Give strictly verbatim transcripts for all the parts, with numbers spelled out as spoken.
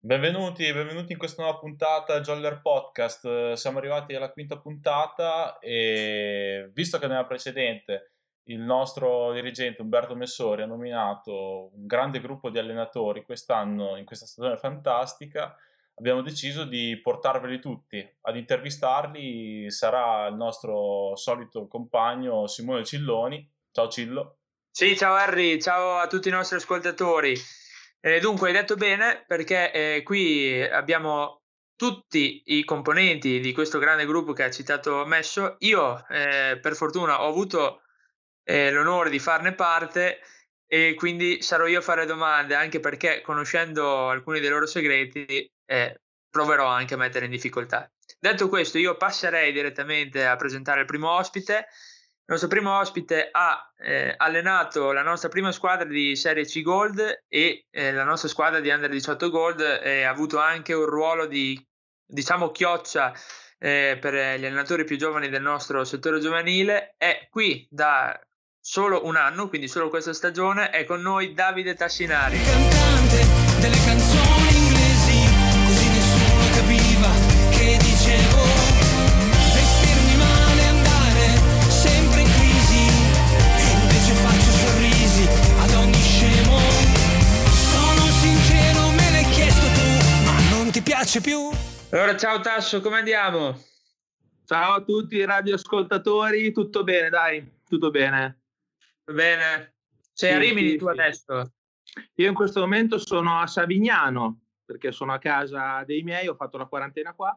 Benvenuti, benvenuti in questa nuova puntata Joller Podcast. Eh, Siamo arrivati alla quinta puntata e visto che nella precedente il nostro dirigente Umberto Messori ha nominato un grande gruppo di allenatori quest'anno in questa stagione fantastica, abbiamo deciso di portarveli tutti. Ad intervistarli sarà il nostro solito compagno Simone Cilloni. Ciao Cillo. Sì, ciao Harry, ciao a tutti i nostri ascoltatori. Eh, dunque, hai detto bene perché eh, qui abbiamo tutti i componenti di questo grande gruppo che ha citato Messo. Io, eh, per fortuna, ho avuto eh, l'onore di farne parte e quindi sarò io a fare domande, anche perché conoscendo alcuni dei loro segreti eh, proverò anche a mettere in difficoltà. Detto questo, io passerei direttamente a presentare il primo ospite. Il nostro primo ospite ha eh, allenato la nostra prima squadra di Serie C Gold e eh, la nostra squadra di Under diciotto Gold e ha avuto anche un ruolo di, diciamo, chioccia eh, per gli allenatori più giovani del nostro settore giovanile. È qui da solo un anno, quindi solo questa stagione. È con noi Davide Tassinari. Cantante delle canzoni inglesi, così nessuno capiva che dicevo. Vestirmi male, andare sempre in crisi, e invece faccio sorrisi ad ogni scemo. Sono sincero, me l'hai chiesto tu, ma non ti piace più? Allora, ciao Tasso, come andiamo? Ciao a tutti i radioascoltatori, tutto bene, dai, tutto bene. Bene. Sei Sì, a Rimini sì, tu sì. adesso? Io in questo momento sono a Savignano, perché sono a casa dei miei, ho fatto la quarantena qua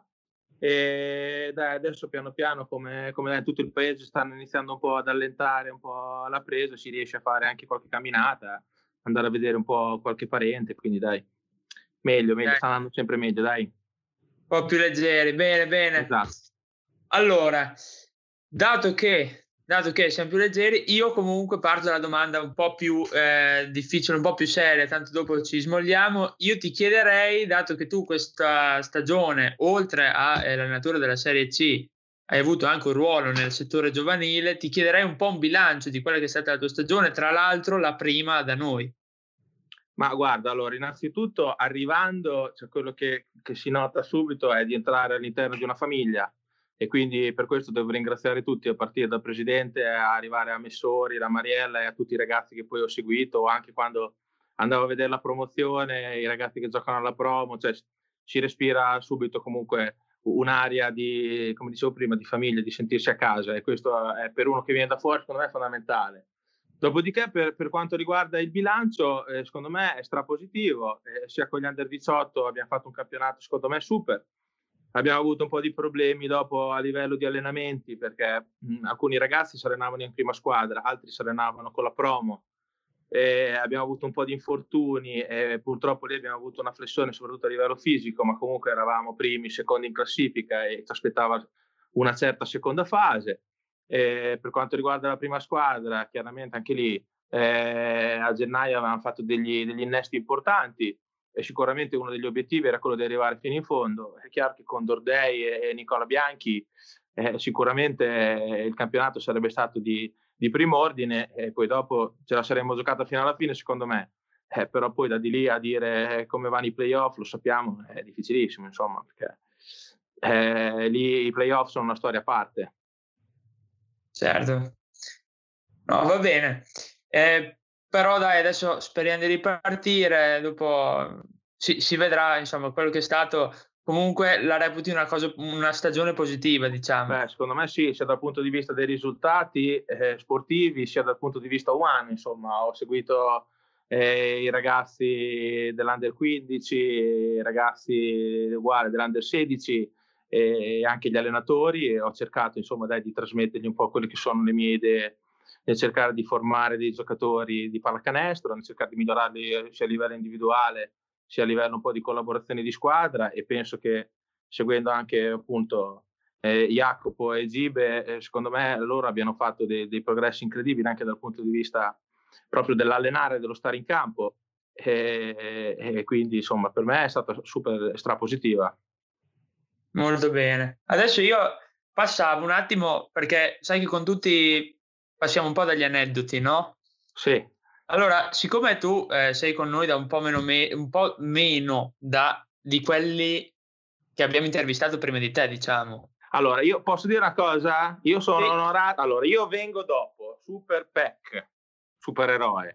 e dai, adesso piano piano, come, come dai, tutto il paese stanno iniziando un po' ad allentare un po' la presa, si riesce a fare anche qualche camminata, andare a vedere un po' qualche parente, quindi dai, meglio, meglio, Dai. sta andando sempre meglio, dai. Un po' più leggeri, bene, bene. Esatto. Allora, dato che, dato che siamo più leggeri, io comunque parto dalla domanda un po' più eh, difficile, un po' più seria, tanto dopo ci smogliamo. Io ti chiederei, dato che tu questa stagione, oltre all'allenatore della Serie C, hai avuto anche un ruolo nel settore giovanile, ti chiederei un po' un bilancio di quella che è stata la tua stagione, tra l'altro la prima da noi. Ma guarda, allora, innanzitutto arrivando, cioè, quello che, che si nota subito è di entrare all'interno di una famiglia e quindi per questo devo ringraziare tutti, a partire dal presidente, a arrivare a Messori, la Mariella e a tutti i ragazzi che poi ho seguito, anche quando andavo a vedere la promozione, i ragazzi che giocano alla promo, cioè si respira subito comunque un'aria di, come dicevo prima, di famiglia, di sentirsi a casa, e questo è, per uno che viene da fuori, secondo me è fondamentale. Dopodiché, per, per quanto riguarda il bilancio, eh, secondo me è strapositivo, eh, sia con gli under diciotto abbiamo fatto un campionato secondo me super, abbiamo avuto un po' di problemi dopo a livello di allenamenti perché mh, alcuni ragazzi si allenavano in prima squadra, altri si allenavano con la promo, eh, abbiamo avuto un po' di infortuni e purtroppo lì abbiamo avuto una flessione soprattutto a livello fisico, ma comunque eravamo primi, secondi in classifica e ci aspettava una certa seconda fase. Eh, per quanto riguarda la prima squadra, chiaramente anche lì eh, a gennaio avevamo fatto degli, degli innesti importanti e sicuramente uno degli obiettivi era quello di arrivare fino in fondo. È chiaro che con Dordei e, e Nicola Bianchi eh, sicuramente eh, il campionato sarebbe stato di, di primo ordine e poi dopo ce la saremmo giocata fino alla fine, secondo me. Eh, però poi da di lì a dire come vanno i playoff, lo sappiamo, è difficilissimo, insomma, perché eh, lì i playoff sono una storia a parte. Certo. No, va bene. Eh, però dai, adesso speriamo di ripartire, dopo si, si vedrà, insomma, quello che è stato. Comunque la reputi una cosa, una stagione positiva, diciamo. Beh, secondo me sì, sia dal punto di vista dei risultati eh, sportivi, sia dal punto di vista umano, insomma, ho seguito eh, i ragazzi dell'Under quindici, i ragazzi uguali dell'Under sedici e anche gli allenatori e ho cercato, insomma, dai, di trasmettergli un po' quelle che sono le mie idee nel cercare di formare dei giocatori di pallacanestro, nel cercare di migliorarli sia a livello individuale sia a livello un po' di collaborazione di squadra, e penso che seguendo anche appunto eh, Jacopo e Gibe, eh, secondo me loro abbiano fatto dei, dei progressi incredibili anche dal punto di vista proprio dell'allenare, dello stare in campo e, e quindi insomma per me è stata super strapositiva. Molto bene. Adesso io passavo un attimo, perché sai che con tutti passiamo un po' dagli aneddoti, no? Sì. Allora, siccome tu eh, sei con noi da un po' meno, me- un po' meno da di quelli che abbiamo intervistato prima di te, diciamo. Allora, io posso dire una cosa? Io sono Sì. onorato. Allora, io vengo dopo Super Peck, supereroe.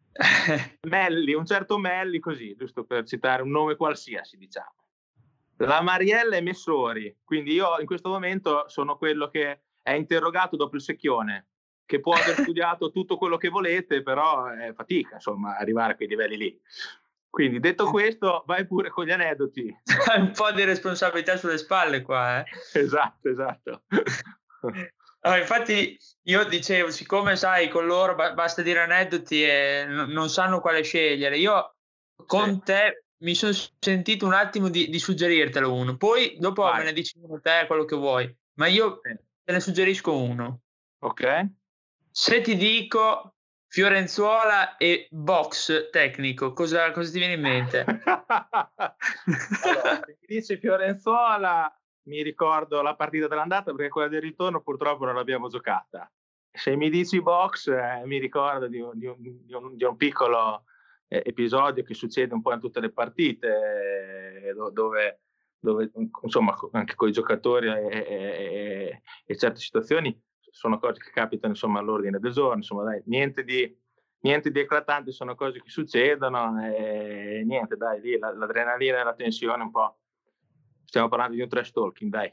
Melli, un certo Melli, così, giusto per citare un nome qualsiasi, diciamo. La Mariella e Messori. Quindi io in questo momento sono quello che è interrogato dopo il secchione, che può aver studiato tutto quello che volete, però è fatica, insomma, arrivare a quei livelli lì. Quindi, detto questo, vai pure con gli aneddoti. Un po' di responsabilità sulle spalle qua, eh. Esatto, esatto. No, infatti io dicevo, siccome sai, con loro ba- basta dire aneddoti e n- non sanno quale scegliere, io con Sì. te mi sono sentito un attimo di, di suggerirtelo uno, poi dopo Vai. me ne dici uno te, quello che vuoi, ma io Sì. te ne suggerisco uno. Ok. Se ti dico Fiorenzuola e box tecnico, cosa, cosa ti viene in mente? Allora, se mi dice Fiorenzuola, mi ricordo la partita dell'andata, perché quella del ritorno purtroppo non l'abbiamo giocata. Se mi dici box, eh, mi ricordo di un, di un, di un, di un piccolo eh, episodio che succede un po' in tutte le partite, eh, dove, dove insomma anche con i giocatori e, e, e certe situazioni sono cose che capitano, insomma, all'ordine del giorno, insomma, dai, niente di, niente di eclatante, sono cose che succedono e niente, dai, lì l'adrenalina e la tensione un po'. Stiamo parlando di un trash talking, dai.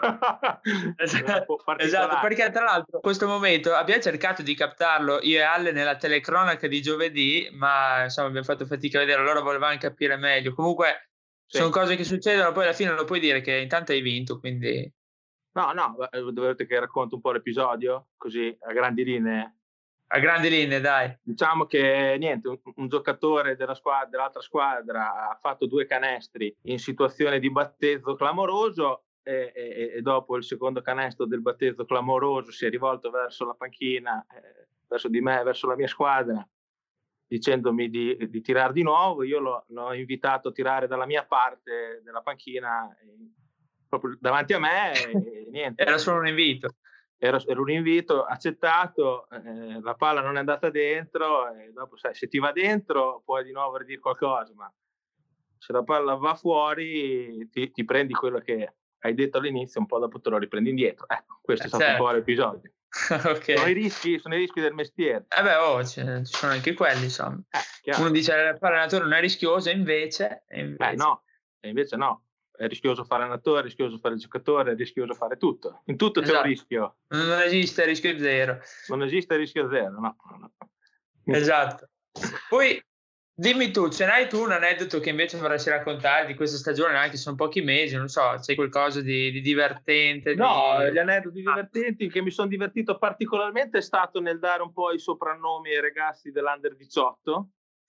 Esatto, esatto, perché tra l'altro in questo momento abbiamo cercato di captarlo io e Ale nella telecronaca di giovedì, ma insomma abbiamo fatto fatica a vedere, allora volevamo capire meglio. Comunque Sì. sono cose che succedono, poi alla fine lo puoi dire che intanto hai vinto, quindi... No, no, dovete che racconto un po' l'episodio, così a grandi linee. A grandi linee, dai. Diciamo che niente, un, un giocatore della squadra, dell'altra squadra ha fatto due canestri in situazione di battezzo clamoroso e, e, e dopo il secondo canestro del battezzo clamoroso si è rivolto verso la panchina, eh, verso di me, verso la mia squadra, dicendomi di, di tirare di nuovo. Io l'ho, l'ho invitato a tirare dalla mia parte della panchina, eh, proprio davanti a me e niente. Era solo un invito. Era, era un invito accettato, eh, la palla non è andata dentro e dopo sai, se ti va dentro puoi di nuovo dire qualcosa, ma se la palla va fuori ti, ti prendi quello che hai detto all'inizio, un po' dopo te lo riprendi indietro. Ecco, questo eh, è stato certo. un po' l'episodio. Okay. Sono i rischi, sono i rischi del mestiere. Eh beh, oh, ci sono anche quelli, insomma. Eh, Uno dice che fare allenatore non è rischioso, e invece... E invece... Eh, no, e invece no. È rischioso fare allenatore, è rischioso fare il giocatore, è rischioso fare tutto. In tutto esatto. C'è un rischio. Non esiste rischio zero. Non esiste rischio zero, no. no. Esatto. Poi dimmi tu, ce n'hai tu un aneddoto che invece vorresti raccontare di questa stagione, anche se sono pochi mesi, non so, c'è qualcosa di, di divertente? No, di... gli aneddoti divertenti che mi sono divertito particolarmente è stato nel dare un po' i soprannomi ai ragazzi dell'Under diciotto.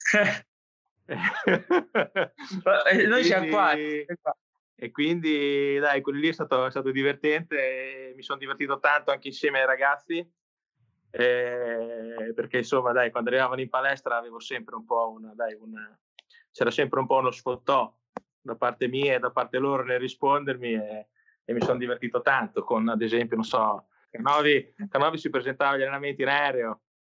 Noi siamo qua. E quindi dai, quello lì è stato, è stato divertente, mi sono divertito tanto anche insieme ai ragazzi, eh, perché insomma dai, quando arrivavano in palestra avevo sempre un po' una, dai, una, c'era sempre un po' uno sfottò da parte mia e da parte loro nel rispondermi e, e mi sono divertito tanto con, ad esempio, non so, Canovi, Canovi si presentava agli allenamenti in aereo.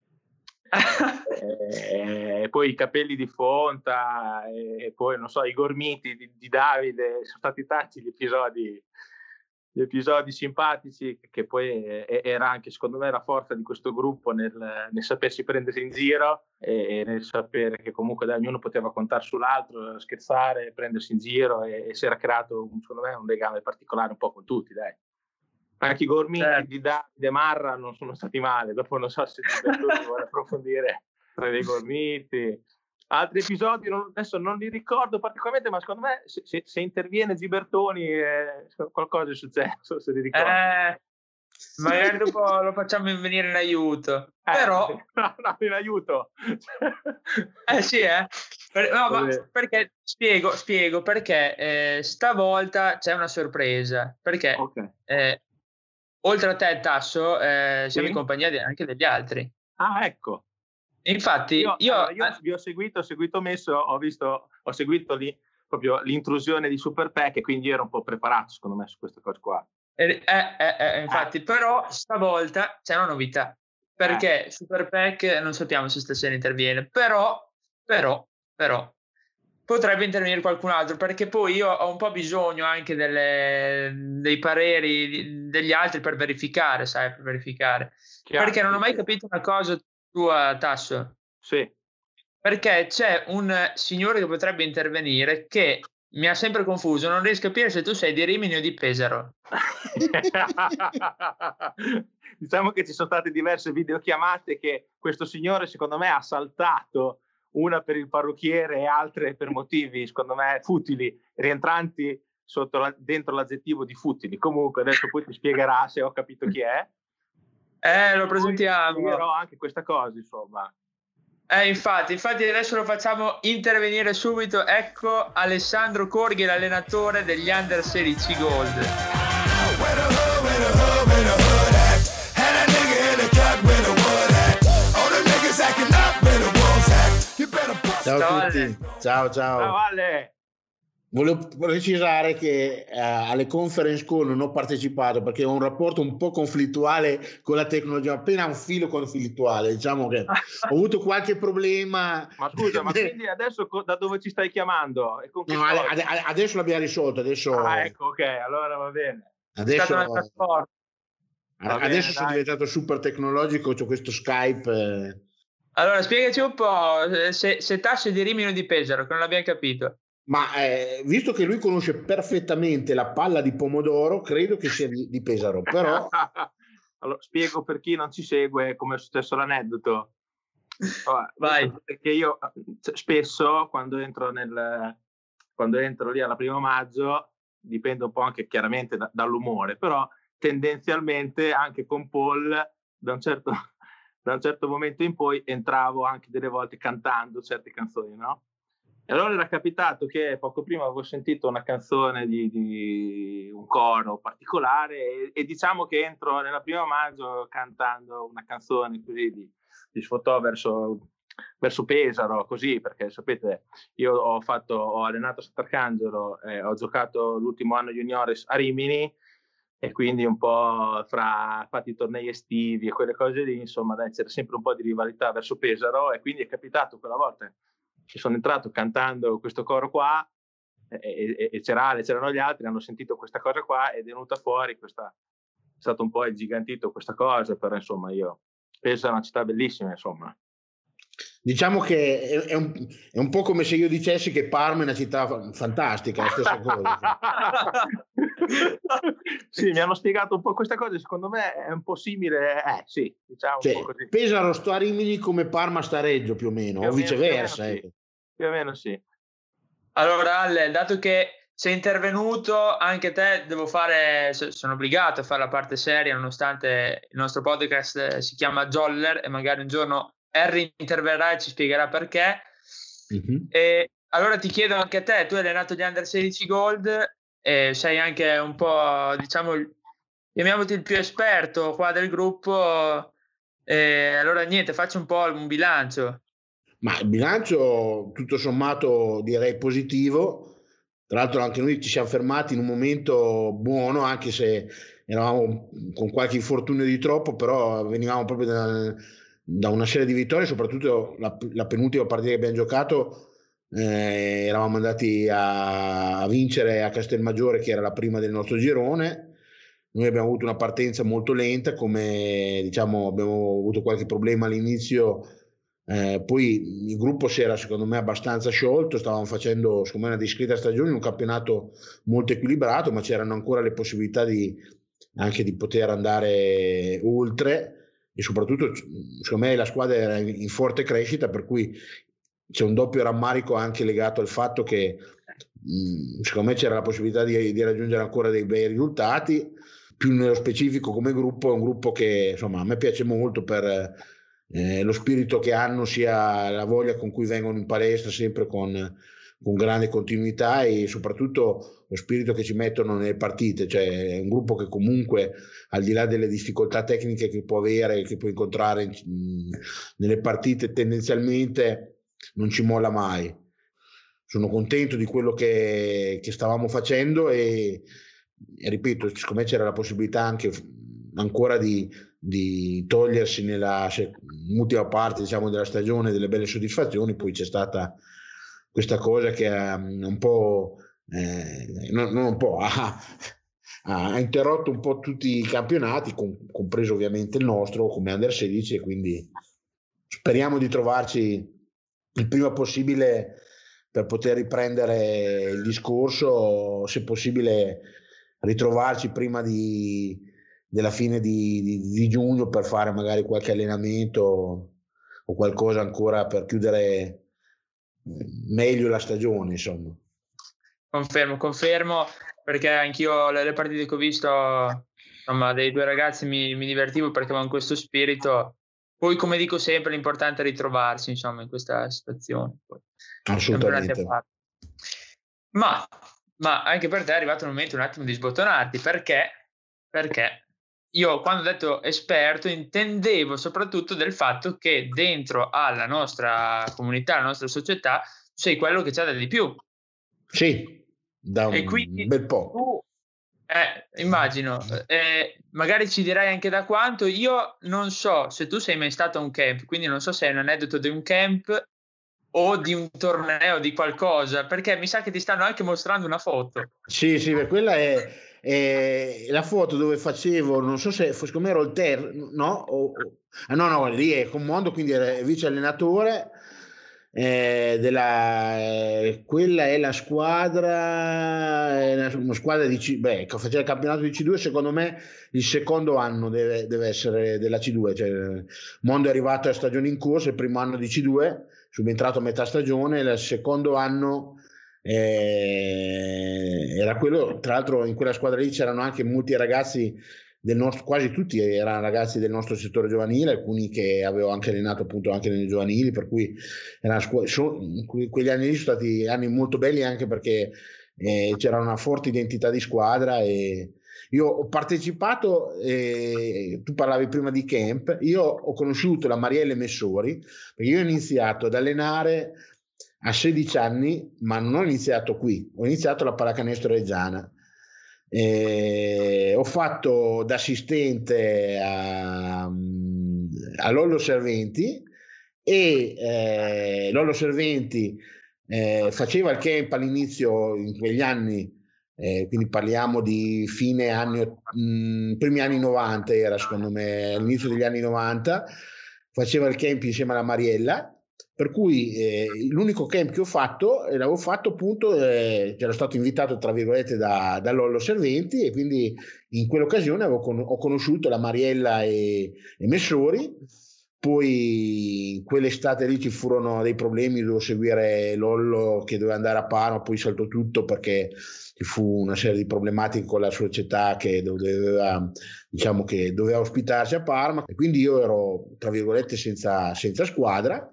E poi i capelli di Fonta e poi non so i gormiti di, di Davide, sono stati tanti gli episodi gli episodi simpatici che poi era anche secondo me la forza di questo gruppo nel, nel sapersi prendere in giro e, e nel sapere che comunque dai, ognuno poteva contare sull'altro, scherzare, prendersi in giro e, e si era creato secondo me un legame particolare un po' con tutti, dai. Anche i gormiti certo. di Davide Marra non sono stati male, dopo non so se tu vuole approfondire tra dei gormiti. Altri episodi non, adesso non li ricordo particolarmente, ma secondo me se, se, se interviene Gibertoni eh, qualcosa è successo, se li ricordo. Eh, magari dopo lo facciamo venire in aiuto. Eh, però no, no, in aiuto. Eh sì, eh. Per, no, ma perché spiego, spiego perché eh, stavolta c'è una sorpresa. Perché okay. eh, oltre a te, Tasso, eh, siamo sì? in compagnia di, anche degli altri. Ah, ecco. Infatti, io, io, allora, io vi ho seguito, ho seguito messo, ho visto, ho seguito lì proprio l'intrusione di Super Peck e quindi ero un po' preparato, secondo me, su queste cose qua. Eh, eh, eh, infatti, eh. però stavolta c'è una novità, perché eh. Super Peck non sappiamo se stasera interviene, però, però, però, potrebbe intervenire qualcun altro, perché poi io ho un po' bisogno anche delle, dei pareri degli altri per verificare, sai, per verificare. Chiaro, Perché non ho mai sì. capito una cosa tua, Tasso. Sì. Perché c'è un signore che potrebbe intervenire che mi ha sempre confuso, non riesco a capire se tu sei di Rimini o di Pesaro. Diciamo che ci sono state diverse videochiamate che questo signore secondo me ha saltato, una per il parrucchiere e altre per motivi secondo me futili, rientranti sotto la, dentro l'aggettivo di futili. Comunque adesso poi ti spiegherà se ho capito chi è. Eh, lo Poi presentiamo. spiegherò anche questa cosa, insomma. Eh, infatti, infatti adesso lo facciamo intervenire subito. Ecco Alessandro Corghi, l'allenatore degli Under sedici Gold. Ciao a tutti, Ale. ciao ciao. Ciao Ale. Volevo precisare che eh, alle conference call non ho partecipato perché ho un rapporto un po' conflittuale con la tecnologia, appena un filo conflittuale, diciamo che ho avuto qualche problema. Ma scusa, ma quindi adesso co- da dove ci stai chiamando? E con che No, cosa? ade- ade- adesso l'abbiamo risolto, adesso, Ah, ecco, ok, allora va bene. È adesso, stata una trasporto. Va bene, adesso sono dai. diventato super tecnologico, c'ho questo Skype. eh. Allora, spiegaci un po' eh, se, se Tasso è di Rimini o di Pesaro, che non l'abbiamo capito. Ma eh, visto che lui conosce perfettamente la palla di pomodoro, credo che sia di, di Pesaro, però Allora, spiego per chi non ci segue come è successo l'aneddoto. Allora, Vai. Perché io cioè, spesso quando entro nel quando entro lì alla primo maggio, dipende un po' anche chiaramente da, dall'umore, però tendenzialmente anche con Paul da un certo da un certo momento in poi entravo anche delle volte cantando certe canzoni, no? E allora era capitato che poco prima avevo sentito una canzone di, di un coro particolare e, e diciamo che entro nella prima maggio cantando una canzone così di, di sfotò verso, verso Pesaro, così, perché sapete io ho fatto ho allenato a Sant'Arcangelo, eh, ho giocato l'ultimo anno juniores a Rimini e quindi un po' fra fatti i tornei estivi e quelle cose lì, insomma dai, c'era sempre un po' di rivalità verso Pesaro e quindi è capitato quella volta che sono entrato cantando questo coro qua e, e, e c'era, c'erano gli altri, hanno sentito questa cosa qua ed è venuta fuori questa, è stato un po' ingigantito questa cosa, però insomma io penso è una città bellissima, insomma. diciamo che è, è, un, è un po' come se io dicessi che Parma è una città fa- fantastica, è la stessa cosa. Sì, mi hanno spiegato un po' questa cosa, secondo me è un po' simile, eh sì, diciamo Cioè, un po' così. Pesaro sta a Rimini come Parma sta a Reggio più o meno, Più o o meno, viceversa. più o meno, ecco. Più o meno sì. Allora, Ale, dato che sei intervenuto, anche te devo fare, so- sono obbligato a fare la parte seria, nonostante il nostro podcast eh, si chiama Joller e magari un giorno Harry interverrà e ci spiegherà perché. Mhm. E allora ti chiedo anche a te, tu hai allenato gli Under sedici Gold e sei anche un po', diciamo, il- chiamiamoti il più esperto qua del gruppo. E allora niente, faccio un po' un bilancio. Ma il bilancio tutto sommato direi positivo, tra l'altro anche noi ci siamo fermati in un momento buono, anche se eravamo con qualche infortunio di troppo, però venivamo proprio da, da una serie di vittorie, soprattutto la, la penultima partita che abbiamo giocato, eh, eravamo andati a, a vincere a Castelmaggiore, che era la prima del nostro girone. Noi abbiamo avuto una partenza molto lenta, come diciamo abbiamo avuto qualche problema all'inizio. Eh, poi il gruppo si era secondo me abbastanza sciolto, stavamo facendo secondo me una discreta stagione, un campionato molto equilibrato, ma c'erano ancora le possibilità di, anche di poter andare oltre e soprattutto secondo me la squadra era in forte crescita, per cui c'è un doppio rammarico anche legato al fatto che mh, secondo me c'era la possibilità di, di raggiungere ancora dei bei risultati. Più nello specifico come gruppo è un gruppo che insomma a me piace molto per Eh, lo spirito che hanno, sia la voglia con cui vengono in palestra sempre con, con grande continuità e soprattutto lo spirito che ci mettono nelle partite, cioè è un gruppo che comunque al di là delle difficoltà tecniche che può avere, che può incontrare mh, nelle partite, tendenzialmente non ci molla mai. Sono contento di quello che, che stavamo facendo e, e ripeto, secondo me c'era la possibilità anche ancora di di togliersi nella ultima parte diciamo della stagione delle belle soddisfazioni. Poi c'è stata questa cosa che ha un po', eh, non, non un po', ha, ha interrotto un po' tutti i campionati, com- compreso ovviamente il nostro come Under sedici, e quindi speriamo di trovarci il prima possibile per poter riprendere il discorso, se possibile ritrovarci prima di, della fine di, di, di giugno per fare magari qualche allenamento o qualcosa ancora per chiudere meglio la stagione, insomma. Confermo, confermo, perché anch'io le, le partite che ho visto, insomma, dei due ragazzi mi, mi divertivo perché avevano questo spirito. Poi, come dico sempre, l'importante è ritrovarsi, insomma, in questa situazione. Poi, assolutamente. Ma, ma anche per te è arrivato il momento un attimo di sbottonarti, perché, perché io quando ho detto esperto intendevo soprattutto del fatto che dentro alla nostra comunità, alla nostra società, sei quello che c'ha da di più. Sì, da un e quindi bel po'. Tu, eh, immagino, eh, magari ci dirai anche da quanto. Io non so se tu sei mai stato a un camp, quindi non so se è un aneddoto di un camp o di un torneo, di qualcosa, perché mi sa che ti stanno anche mostrando una foto. Sì, sì, quella è, è la foto dove facevo, non so se secondo me ero il ter, no? O, o, ah, no, no, lì è con Mondo, quindi era vice allenatore. Eh, della, eh, quella è la squadra, è una squadra di C, beh, che faceva il campionato di C due. Secondo me il secondo anno deve, deve essere della C due, cioè Mondo è arrivato a stagione in corso, il primo anno di C due, subentrato a metà stagione, il secondo anno eh, era quello. Tra l'altro in quella squadra lì c'erano anche molti ragazzi del nostro, quasi tutti erano ragazzi del nostro settore giovanile, alcuni che avevo anche allenato appunto anche nelle giovanili, per cui era, so, quegli anni lì sono stati anni molto belli, anche perché eh, c'era una forte identità di squadra. E io ho partecipato, eh, tu parlavi prima di camp, io ho conosciuto la Mariella Messori perché io ho iniziato ad allenare a sedici anni, ma non ho iniziato qui, ho iniziato alla Pallacanestro Reggiana. Eh, ho fatto da assistente a, a Lollo Serventi, e eh, Lollo Serventi eh, faceva il camp all'inizio in quegli anni, eh, quindi parliamo di fine anni, mh, primi anni novanta, era secondo me all'inizio degli anni novanta, faceva il camp insieme alla Mariella. Per cui eh, l'unico camp che ho fatto, eh, l'avevo fatto appunto, eh, c'era stato invitato tra virgolette da, da Lollo Serventi, e quindi in quell'occasione avevo con, ho conosciuto la Mariella e, e Messori. Poi quell'estate lì ci furono dei problemi, dovevo seguire Lollo che doveva andare a Parma, poi saltò tutto perché ci fu una serie di problematiche con la società che doveva, diciamo che doveva ospitarsi a Parma, e quindi io ero tra virgolette senza, senza squadra.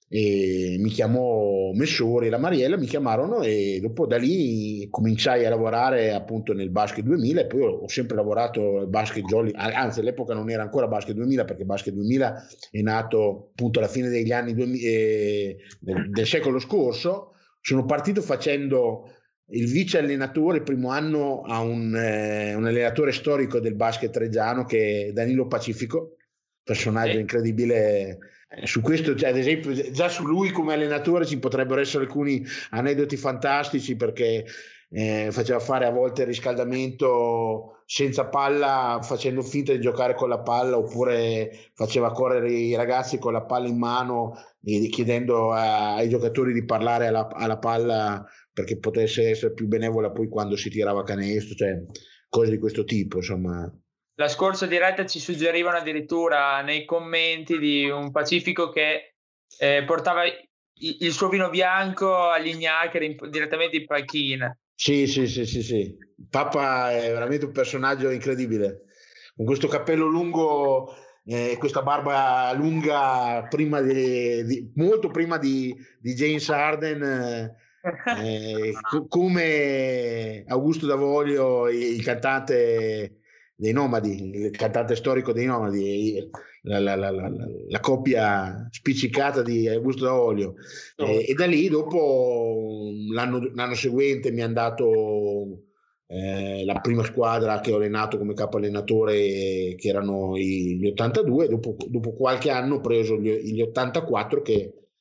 E mi chiamò Messori e la Mariella mi chiamarono, e dopo da lì cominciai a lavorare appunto nel Basket duemila, e poi ho sempre lavorato al Basket Jolly, anzi all'epoca non era ancora Basket duemila, perché Basket duemila è nato appunto alla fine degli anni duemila, eh, del, del secolo scorso. Sono partito facendo il vice allenatore il primo anno a un, eh, un allenatore storico del basket reggiano che è Danilo Pacifico, personaggio sì. incredibile. Su questo, cioè, ad esempio, già su lui come allenatore ci potrebbero essere alcuni aneddoti fantastici, perché eh, faceva fare a volte il riscaldamento senza palla, facendo finta di giocare con la palla, oppure faceva correre i ragazzi con la palla in mano e chiedendo a, ai giocatori di parlare alla, alla palla perché potesse essere più benevola poi quando si tirava canestro, cioè cose di questo tipo, insomma. La scorsa diretta ci suggerivano addirittura nei commenti di un Pacifico che eh, portava il suo vino bianco agli gnaccheri direttamente in panchina. Sì, sì, sì, sì, sì. Papa è veramente un personaggio incredibile, con questo cappello lungo e eh, questa barba lunga, prima di, di, molto prima di, di James Harden, eh, eh, co- come Augusto Davoglio, il cantante dei Nomadi, il cantante storico dei Nomadi, la, la, la, la, la coppia spiccicata di Augusto Davoglio. Oh. E, e da lì dopo l'anno, l'anno seguente mi hanno dato eh, la prima squadra che ho allenato come capo allenatore, che erano gli ottantadue. Dopo, dopo qualche anno ho preso gli, gli ottantaquattro che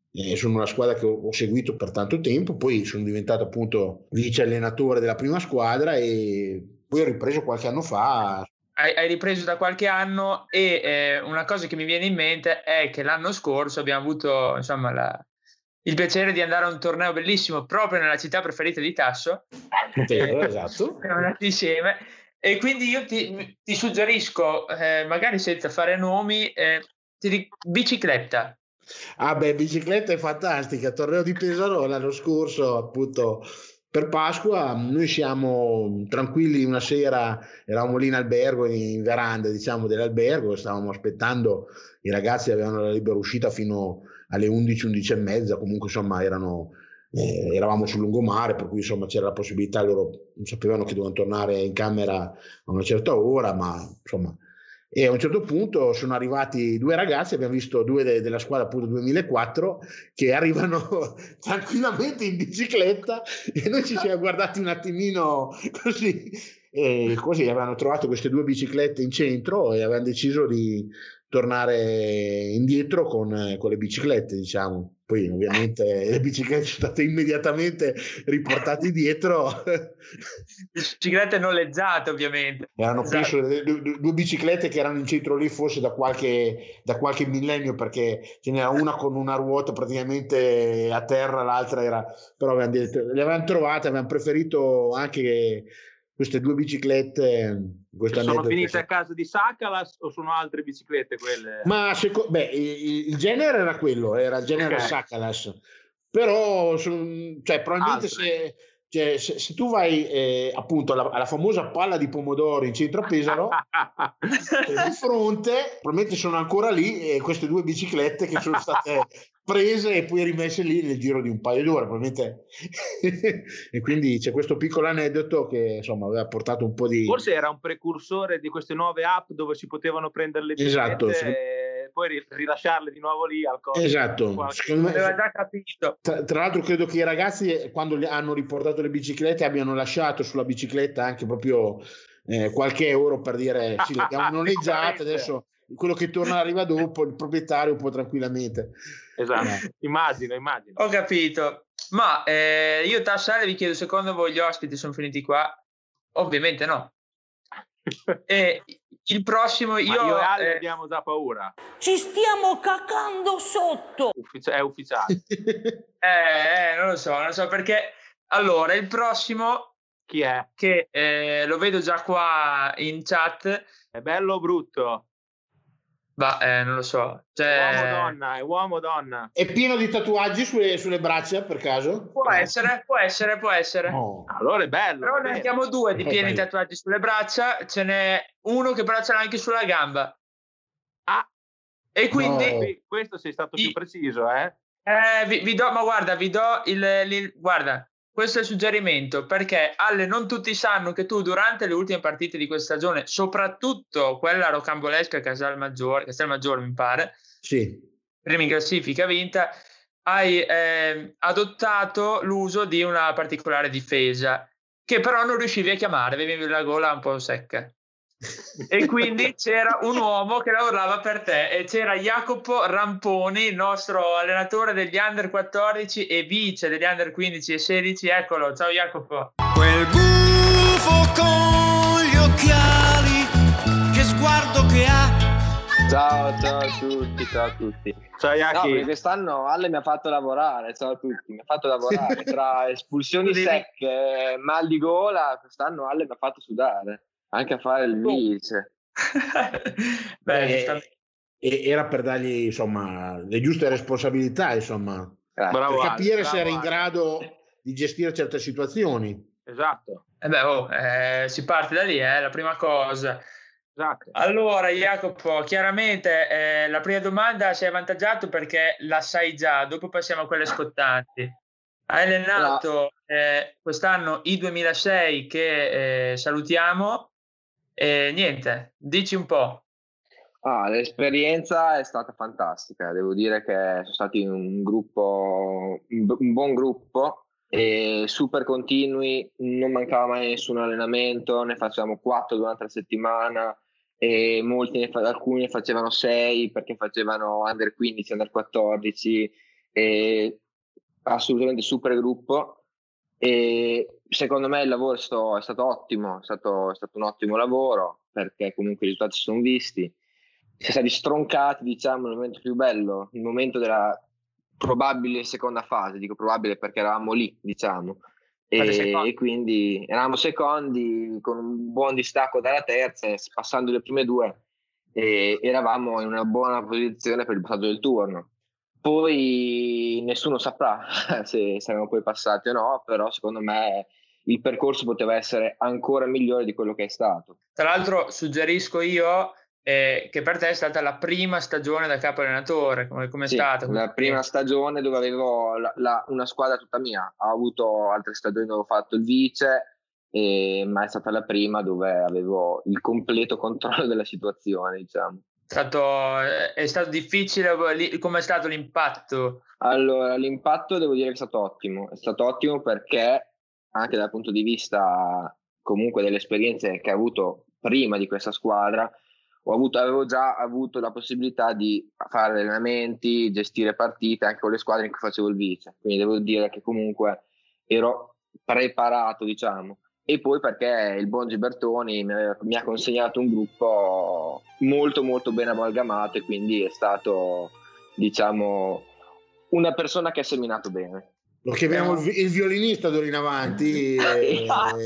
eh, sono una squadra che ho, ho seguito per tanto tempo, poi sono diventato appunto vice allenatore della prima squadra e poi ho ripreso qualche anno fa. Hai, hai ripreso da qualche anno e eh, una cosa che mi viene in mente è che l'anno scorso abbiamo avuto insomma la, il piacere di andare a un torneo bellissimo proprio nella città preferita di Tasso. Vero, esatto. Siamo andati insieme e quindi io ti, ti suggerisco, eh, magari senza fare nomi, eh, ti dico, bicicletta. Ah beh, bicicletta è fantastica, torneo di Pesaro l'anno scorso appunto per Pasqua, noi siamo tranquilli una sera, eravamo lì in albergo, in veranda diciamo dell'albergo, stavamo aspettando, i ragazzi avevano la libera uscita fino alle undici, undici e mezza, comunque insomma erano, eh, eravamo sul lungomare, per cui insomma c'era la possibilità, loro sapevano che dovevano tornare in camera a una certa ora, ma insomma... E a un certo punto sono arrivati due ragazzi, abbiamo visto due de- della squadra appunto duemilaqquattro che arrivano tranquillamente in bicicletta e noi ci siamo guardati un attimino così e così avevano trovato queste due biciclette in centro e avevano deciso di tornare indietro con, con le biciclette, diciamo. Poi ovviamente le biciclette sono state immediatamente riportate dietro. Biciclette noleggiate ovviamente. Erano Esatto. penso due, due biciclette che erano in centro lì forse da qualche, da qualche millennio, perché ce n'era una con una ruota praticamente a terra, l'altra era... Però avevano detto, le avevano trovate, avevano preferito anche queste due biciclette. Sono finite a casa di Sakalas o sono altre biciclette quelle? Ma seco- beh, il, il genere era quello, era il genere okay. Sakalas, però son, cioè, probabilmente se, cioè, se, se tu vai eh, appunto alla, alla famosa palla di pomodoro in centro a Pesaro di fronte, probabilmente sono ancora lì eh, queste due biciclette che sono state prese e poi rimesse lì nel giro di un paio d'ore probabilmente. E quindi c'è questo piccolo aneddoto che insomma aveva portato un po' di... Forse era un precursore di queste nuove app dove si potevano prendere le biciclette esatto. e poi rilasciarle di nuovo lì al costo. Esatto, me... aveva già capito. Tra, tra l'altro credo che i ragazzi quando hanno riportato le biciclette abbiano lasciato sulla bicicletta anche proprio eh, qualche euro per dire sì, le abbiamo noleggiate, adesso quello che torna arriva dopo, il proprietario può tranquillamente. Esatto, eh. immagino, immagino. Ho capito. Ma eh, io Tassale vi chiedo, secondo voi gli ospiti sono finiti qua? Ovviamente no. E il prossimo io, io e Ale eh, abbiamo già paura. Ci stiamo cacando sotto. Uffici- è ufficiale. eh, eh, non lo so, non lo so perché. Allora, il prossimo chi è? Che eh, lo vedo già qua in chat. È bello o brutto? Bah, eh, non lo so. Cioè... Uomo donna, è uomo donna. È pieno di tatuaggi sulle, sulle braccia per caso? Può no. essere, può essere, può essere. No. Allora è bello. Però ne abbiamo due di pieni tatuaggi sulle braccia, ce n'è uno che però ce l'ha anche sulla gamba. Ah. E quindi... No. Questo sei stato più preciso, eh? Eh, vi, vi do, ma guarda, vi do il, il... Guarda, questo è il suggerimento, perché Ale, non tutti sanno che tu durante le ultime partite di questa stagione, soprattutto quella rocambolesca Casalmaggiore, Castelmaggiore mi pare, sì, prima in classifica vinta, hai eh, adottato l'uso di una particolare difesa, che però non riuscivi a chiamare, avevi la gola un po' secca. E quindi c'era un uomo che lavorava per te e c'era Jacopo Ramponi, il nostro allenatore degli under quattordici e vice degli under quindici e sedici. Eccolo, ciao Jacopo. Quel gufo con gli occhiali, che sguardo che ha. Ciao, ciao a tutti, ciao a tutti. Ciao Jacchi. No, quest'anno Ale mi ha fatto lavorare, ciao a tutti, mi ha fatto lavorare tra espulsioni secche, mal di gola, quest'anno Ale mi ha fatto sudare. Anche a fare il vice. Beh, eh, era per dargli insomma le giuste responsabilità, insomma, bravo, per capire bravo, se era in grado di gestire certe situazioni. Esatto. Eh beh, oh, eh, si parte da lì, è eh, la prima cosa. Esatto. Allora Jacopo, chiaramente eh, la prima domanda sei avvantaggiato perché la sai già, dopo passiamo a quelle scottanti. Hai allenato no. eh, quest'anno i duemilasei che eh, salutiamo. E niente, dici un po'. Ah, l'esperienza è stata fantastica, devo dire che sono stati un gruppo, un buon gruppo e super continui, non mancava mai nessun allenamento, ne facevamo quattro durante la settimana e molti ne fa- alcuni ne facevano sei perché facevano under quindici, under quattordici e assolutamente super gruppo, e secondo me il lavoro è stato, è stato ottimo, è stato, è stato un ottimo lavoro, perché comunque i risultati si sono visti, si è stati stroncati, diciamo, nel momento più bello, il momento della probabile seconda fase, dico probabile perché eravamo lì, diciamo, e, e quindi eravamo secondi con un buon distacco dalla terza, e passando le prime due e eravamo in una buona posizione per il passaggio del turno. Poi nessuno saprà se saremo poi passati o no, però secondo me il percorso poteva essere ancora migliore di quello che è stato. Tra l'altro suggerisco io eh, che per te è stata la prima stagione da capo allenatore, come è sì, stata? La prima stagione dove avevo la, la, una squadra tutta mia. Ho avuto altre stagioni dove ho fatto il vice, e, ma è stata la prima dove avevo il completo controllo della situazione, diciamo. È stato, è stato difficile, come è stato l'impatto? Allora, l'impatto devo dire che è stato ottimo, è stato ottimo perché anche dal punto di vista comunque delle esperienze che ho avuto prima di questa squadra, ho avuto, avevo già avuto la possibilità di fare allenamenti, gestire partite anche con le squadre in cui facevo il vice, quindi devo dire che comunque ero preparato, diciamo. E poi perché il buon Gibertoni mi, mi ha consegnato un gruppo molto molto ben amalgamato, e quindi è stato, diciamo, una persona che ha seminato bene. Lo chiamiamo il, vi- il violinista d'ora in avanti. e,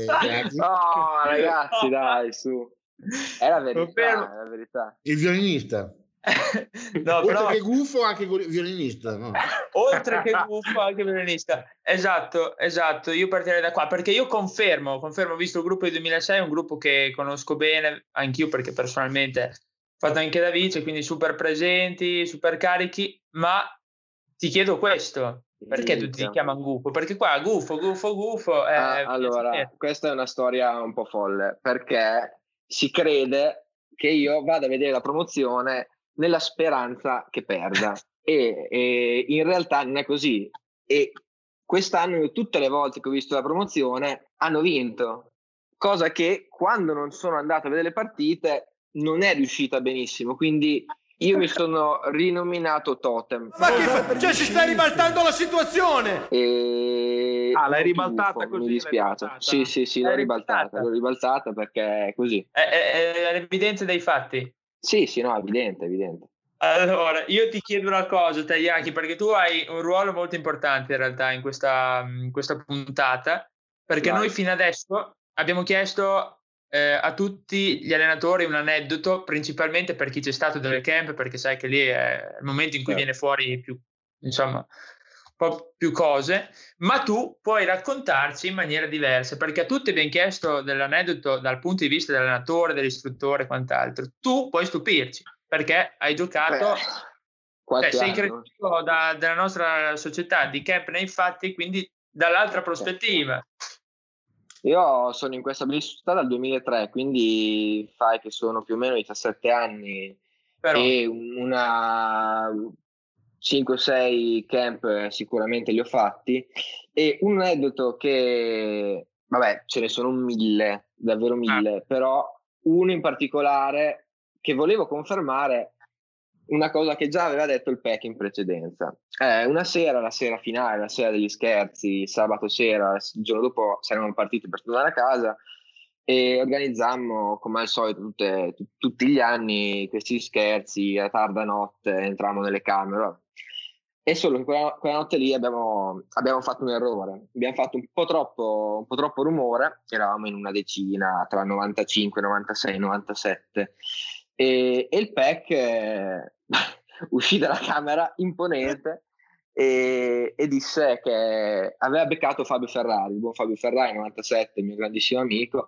no ragazzi, dai, su, è la verità, è la verità. Il violinista. No, oltre però... che gufo anche violinista, no? Oltre che gufo anche violinista, esatto, esatto, io partirei da qua perché io confermo, confermo, visto il gruppo del duemilasei, è un gruppo che conosco bene anch'io perché personalmente ho fatto anche da vice, quindi super presenti, super carichi, ma ti chiedo questo, perché tutti ti chiamano gufo? Perché qua gufo, gufo, gufo eh, ah, allora, questa è una storia un po' folle, perché si crede che io vada a vedere la promozione nella speranza che perda, e, e in realtà non è così, e quest'anno tutte le volte che ho visto la promozione hanno vinto, cosa che quando non sono andato a vedere le partite non è riuscita benissimo, quindi io mi sono rinominato Totem. Ma che fa? Cioè si sta ribaltando la situazione! E... Ah, l'hai ribaltata così? Mi dispiace. Sì, sì, sì, l'ho ribaltata, l'ho ribaltata perché è così. È, è, è l'evidenza dei fatti. Sì, sì, no, evidente, evidente. Allora, io ti chiedo una cosa, Tagliachi, perché tu hai un ruolo molto importante in realtà in questa, in questa puntata, perché Vai. Noi fino adesso abbiamo chiesto eh, a tutti gli allenatori un aneddoto, principalmente per chi c'è stato delle camp, perché sai che lì è il momento in cui certo. viene fuori più, insomma, un po' più cose, ma tu puoi raccontarci in maniera diversa, perché a tutti abbiamo chiesto dell'aneddoto dal punto di vista dell'allenatore, dell'istruttore e quant'altro. Tu puoi stupirci, perché hai giocato, cioè, sei cresciuto da, dalla nostra società di camp nei fatti, quindi dall'altra prospettiva. Io sono in questa società dal duemilatré, quindi fai che sono più o meno diciassette anni. Però. E una cinque sei camp sicuramente li ho fatti, e un aneddoto che, vabbè, ce ne sono mille, davvero mille, ah. però uno in particolare che volevo confermare una cosa che già aveva detto il P E C in precedenza. Eh, una sera, la sera finale, la sera degli scherzi, sabato sera, il giorno dopo saremmo partiti per tornare a casa e organizzammo, come al solito, tutte, t- tutti gli anni questi scherzi a tarda notte, entravamo nelle camere. E solo che quella, quella notte lì abbiamo, abbiamo fatto un errore, abbiamo fatto un po' troppo, un po' troppo rumore, eravamo in una decina tra novantacinque, novantasei, novantasette, e, e il P E C eh, uscì dalla camera imponente e, e disse che aveva beccato Fabio Ferrari, il buon Fabio Ferrari, novantasette, il mio grandissimo amico,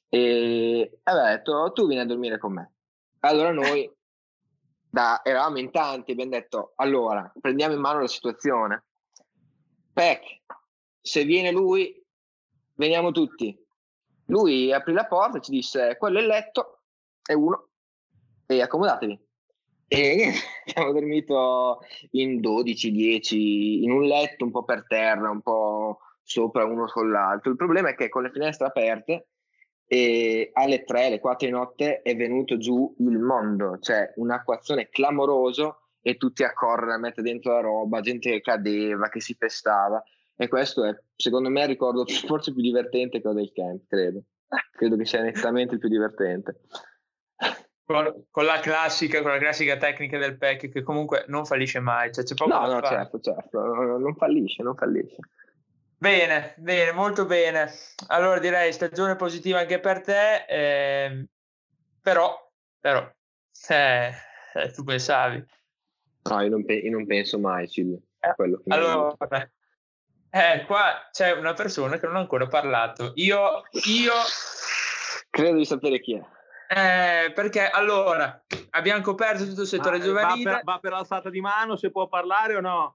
e aveva detto: tu vieni a dormire con me. Allora noi Da, eravamo in tanti, abbiamo detto: allora prendiamo in mano la situazione, P E C, se viene lui veniamo tutti. Lui aprì la porta e ci disse: quello è il letto, è uno, e accomodatevi. E abbiamo dormito in dodici dieci in un letto, un po' per terra, un po' sopra uno con l'altro. Il problema è che con le finestre aperte, e alle tre, alle quattro di notte è venuto giù il mondo, cioè un acquazzone clamoroso, e tutti a correre a mettere dentro la roba, gente che cadeva, che si pestava, e questo è secondo me il ricordo forse più divertente che ho del camp, credo credo che sia nettamente il più divertente. Con, con la classica con la classica tecnica del P E C che comunque non fallisce mai, cioè c'è poco no da no fare. certo certo non, non fallisce non fallisce Bene, bene, molto bene. Allora direi stagione positiva anche per te, eh, però, però eh, eh, tu pensavi. No, io non, pe- io non penso mai, Silvio. Eh, quello che mi allora, eh, qua c'è una persona che non ha ancora parlato. Io, io... credo di sapere chi è. Eh, perché allora abbiamo coperto tutto il settore Ma giovanile. Va per, va per alzata di mano, se può parlare o no?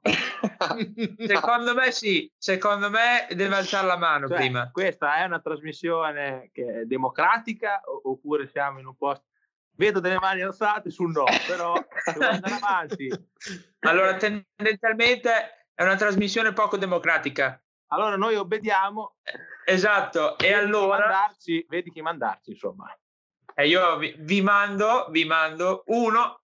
Secondo me sì, secondo me deve alzare la mano cioè, prima. Questa è una trasmissione che è democratica oppure siamo in un posto... Vedo delle mani alzate sul no, però devo andare avanti. Allora tendenzialmente è una trasmissione poco democratica. Allora noi obbediamo. Esatto, e vedi allora... Chi mandarci, vedi chi mandarci, insomma. E io vi, vi mando, vi mando uno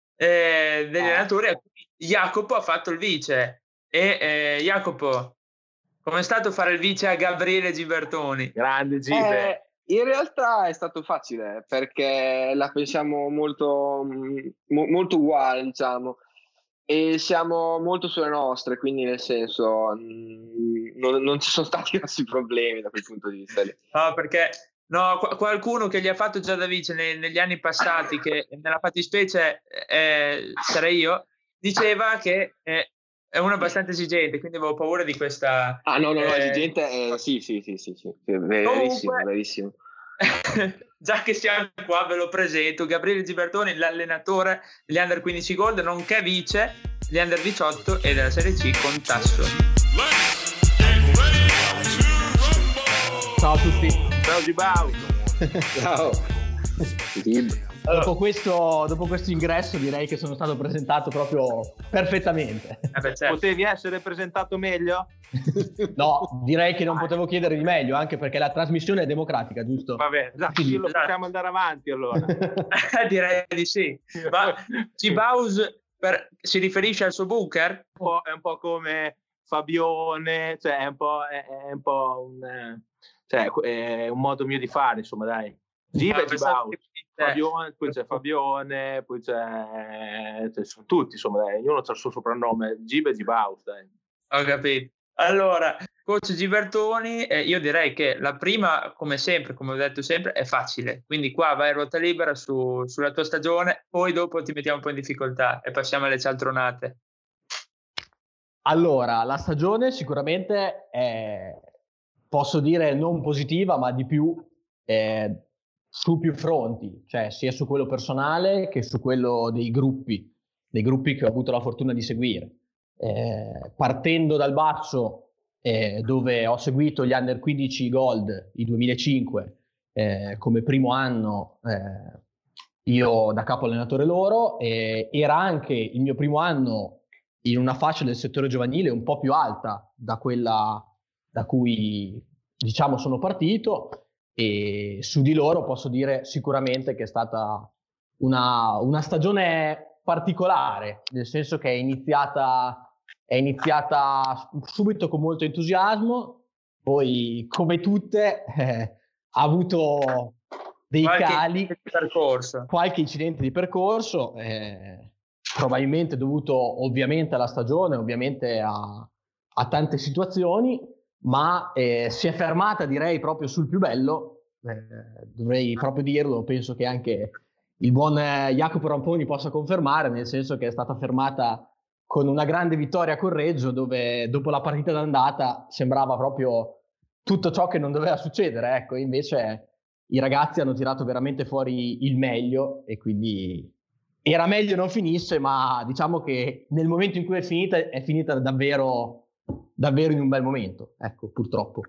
eh, degli eh. allenatori a cui Jacopo ha fatto il vice. E eh, Jacopo, com'è stato fare il vice a Gabriele Gibertoni? Grande Gibe. Eh, in realtà è stato facile perché la pensiamo molto, mo, molto uguale, diciamo, e siamo molto sulle nostre, quindi nel senso mh, non, non ci sono stati grossi problemi da quel punto di vista lì. No, perché no, qu- qualcuno che gli ha fatto già da vice ne- negli anni passati, che nella fattispecie eh, sarei io, diceva che eh, è uno abbastanza esigente, quindi avevo paura di questa... Ah no, no, no, eh, esigente, eh, sì, sì, sì, sì, sì, verissimo, Comunque, verissimo. già che siamo qua ve lo presento: Gabriele Gibertoni, l'allenatore degli Under quindici Gold, nonché vice degli Under diciotto e della Serie C con Tasso. Ciao a tutti. Ciao Gibau. Ciao. Allora, dopo, questo, dopo questo ingresso direi che sono stato presentato proprio perfettamente. Eh beh, certo. Potevi essere presentato meglio? No, direi che non potevo chiedere di meglio, anche perché la trasmissione è democratica, giusto? Va bene, esatto, Quindi- lo possiamo andare avanti allora. Direi di sì. Ma G-Baus per, si riferisce al suo bunker? Un po', è un po' come Fabione, cioè è un po', è, è un, po un, eh, cioè, è un modo mio di fare, insomma, dai. Gibe Ah, e pensavo Gibaus. che- Fabione, poi c'è Fabione, poi c'è, cioè, sono tutti, insomma, dai, ognuno ha il suo soprannome. Gibe e Gibaus, dai. Ho capito. Allora, coach Gibertoni, eh, io direi che la prima, come sempre, come ho detto sempre, è facile. Quindi qua vai a ruota libera su, sulla tua stagione, poi dopo ti mettiamo un po' in difficoltà e passiamo alle cialtronate. Allora, la stagione sicuramente è, posso dire, non positiva, ma di più eh, su più fronti, cioè sia su quello personale che su quello dei gruppi, dei gruppi che ho avuto la fortuna di seguire. Eh, partendo dal basso, eh, dove ho seguito gli Under quindici Gold, i duemilacinque, eh, come primo anno eh, io da capo allenatore loro, eh, era anche il mio primo anno in una fascia del settore giovanile un po' più alta da quella da cui, diciamo, sono partito, e su di loro posso dire sicuramente che è stata una, una stagione particolare, nel senso che è iniziata, è iniziata subito con molto entusiasmo, poi come tutte eh, ha avuto dei Qualche cali, incidente di percorso. qualche incidente di percorso, eh, probabilmente dovuto ovviamente alla stagione, ovviamente a, a tante situazioni, ma eh, si è fermata, direi, proprio sul più bello, eh, dovrei proprio dirlo, penso che anche il buon eh, Jacopo Ramponi possa confermare, nel senso che è stata fermata con una grande vittoria a Correggio, dove dopo la partita d'andata sembrava proprio tutto ciò che non doveva succedere, ecco, invece i ragazzi hanno tirato veramente fuori il meglio, e quindi era meglio non finisse, ma diciamo che nel momento in cui è finita, è finita davvero davvero in un bel momento, ecco, purtroppo.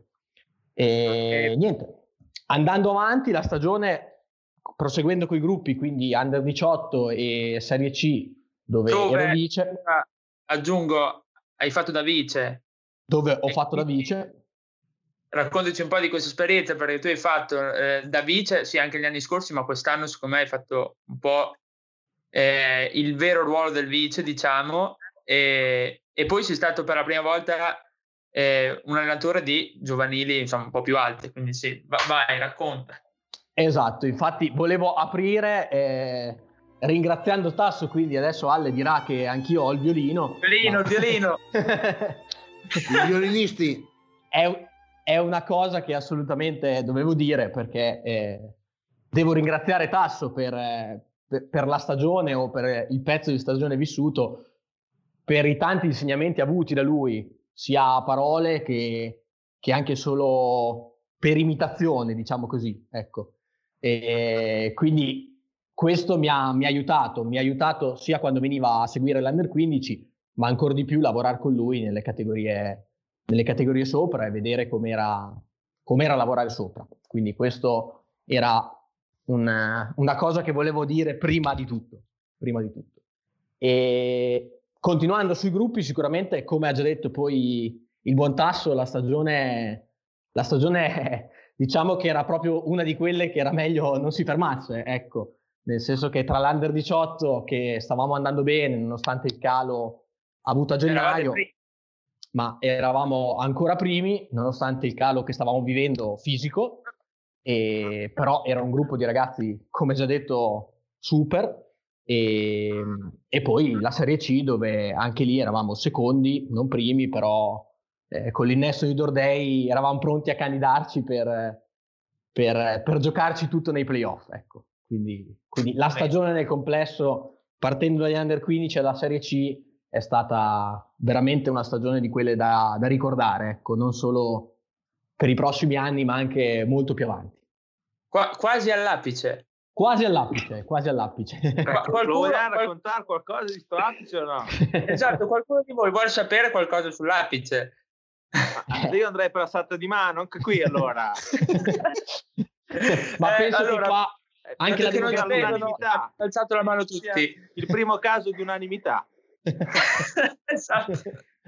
E niente, andando avanti la stagione, proseguendo con i gruppi, quindi Under diciotto e Serie C, dove, Dove ero vice, aggiungo, hai fatto da vice. dove ho E fatto da quindi vice. Raccontaci un po' di questa esperienza, perché tu hai fatto eh, da vice, sì, anche gli anni scorsi, ma quest'anno secondo me hai fatto un po' eh, il vero ruolo del vice, diciamo, e, e poi sei stato per la prima volta eh, un allenatore di giovanili, insomma, un po' più alti, quindi sì, va, vai, racconta. Esatto, infatti volevo aprire eh, ringraziando Tasso, quindi adesso Ale dirà che anch'io ho il violino. Violino, ma... il violino! I violinisti! È, è una cosa che assolutamente dovevo dire, perché eh, devo ringraziare Tasso per, eh, per, per la stagione o per il pezzo di stagione vissuto, per i tanti insegnamenti avuti da lui, sia a parole che, che anche solo per imitazione, diciamo così, ecco. E quindi questo mi ha, mi ha aiutato, mi ha aiutato sia quando veniva a seguire l'Under quindici, ma ancora di più lavorare con lui nelle categorie, nelle categorie sopra e vedere com'era, com'era lavorare sopra. Quindi questo era una, una cosa che volevo dire prima di tutto, prima di tutto. E continuando sui gruppi, sicuramente, come ha già detto poi il buon Tasso, la stagione, la stagione diciamo che era proprio una di quelle che era meglio non si fermasse, ecco, nel senso che tra l'Under diciotto, che stavamo andando bene nonostante il calo avuto a gennaio, ma eravamo ancora primi nonostante il calo che stavamo vivendo fisico, e però era un gruppo di ragazzi, come già detto, super. E, e poi la Serie C, dove anche lì eravamo secondi, non primi, però eh, con l'innesto di Dordei eravamo pronti a candidarci per, per, per giocarci tutto nei playoff, ecco. Quindi, quindi la stagione nel complesso, partendo dagli Under quindici alla Serie C, è stata veramente una stagione di quelle da, da ricordare, ecco, non solo per i prossimi anni, ma anche molto più avanti. Qua, quasi all'apice. Quasi all'apice, quasi all'apice. Ma qualcuno vuole raccontare qualcosa di sto apice o no? Esatto, qualcuno di voi vuole sapere qualcosa sull'apice? Ma io andrei per la salta di mano, anche qui allora. Ma penso eh, allora, che qua anche la democrazia ha alzato la mano tutti. Il primo caso di unanimità. Esatto.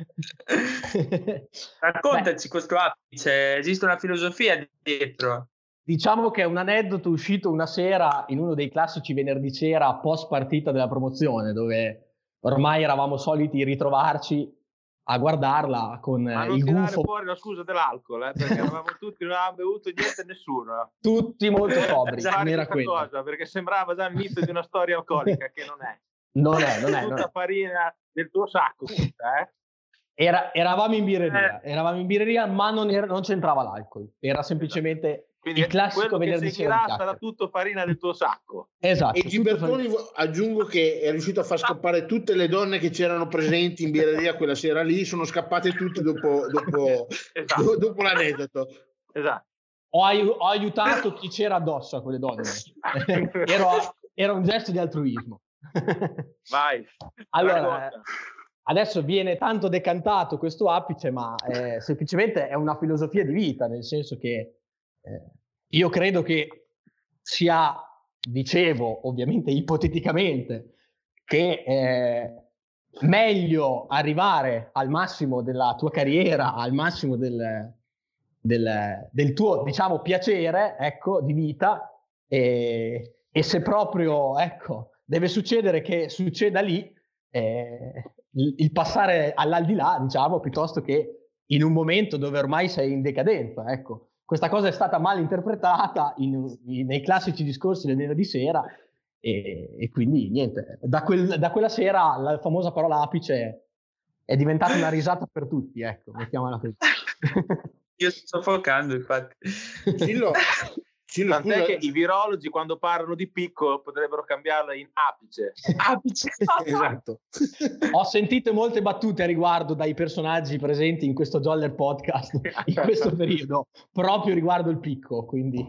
Raccontaci Beh. questo apice, esiste una filosofia dietro? Diciamo che è un aneddoto uscito una sera in uno dei classici venerdì sera post partita della promozione, dove ormai eravamo soliti ritrovarci a guardarla con Ma non il tirare gufo. fuori la scusa dell'alcol, eh, perché eravamo tutti, non avevamo bevuto niente nessuno. Tutti molto sobri, non era quello. Cosa, perché sembrava già l'inizio di una storia alcolica, che non è. Non è, non è. Tutta non è. farina del tuo sacco, tutta, eh? Era, eravamo in birreria, eh. eravamo in birreria, ma non, era, non c'entrava l'alcol, era semplicemente Quindi il classico venerdì che sera sarà tutto farina del tuo sacco. Esatto. E Gibertoni farina. Aggiungo che è riuscito a far scappare tutte le donne che c'erano presenti in birreria quella sera lì, sono scappate tutte dopo, dopo, esatto. do, dopo l'aneddoto. Esatto. Ho, ai, ho aiutato chi c'era addosso a quelle donne. Ero, era un gesto di altruismo. Vai. Allora, adesso viene tanto decantato questo apice, ma eh, semplicemente è una filosofia di vita, nel senso che eh, io credo che sia, dicevo ovviamente ipoteticamente, che eh, meglio arrivare al massimo della tua carriera, al massimo del, del, del tuo, diciamo, piacere, ecco, di vita, e, e se proprio, ecco, deve succedere che succeda lì, eh, il, il passare all'aldilà, diciamo, piuttosto che in un momento dove ormai sei in decadenza, ecco. Questa cosa è stata mal interpretata in, in, nei classici discorsi del venerdì sera, e, e quindi niente, da, quel, da quella sera la famosa parola apice è diventata una risata per tutti, ecco, mettiamola così. Io sto soffocando, infatti. Cillo, Cillo, Tant'è scusa. che i virologi, quando parlano di picco, potrebbero cambiarla in apice. Apice. Esatto. Ho sentito molte battute a riguardo dai personaggi presenti in questo Joller podcast in questo periodo, proprio riguardo il picco, quindi...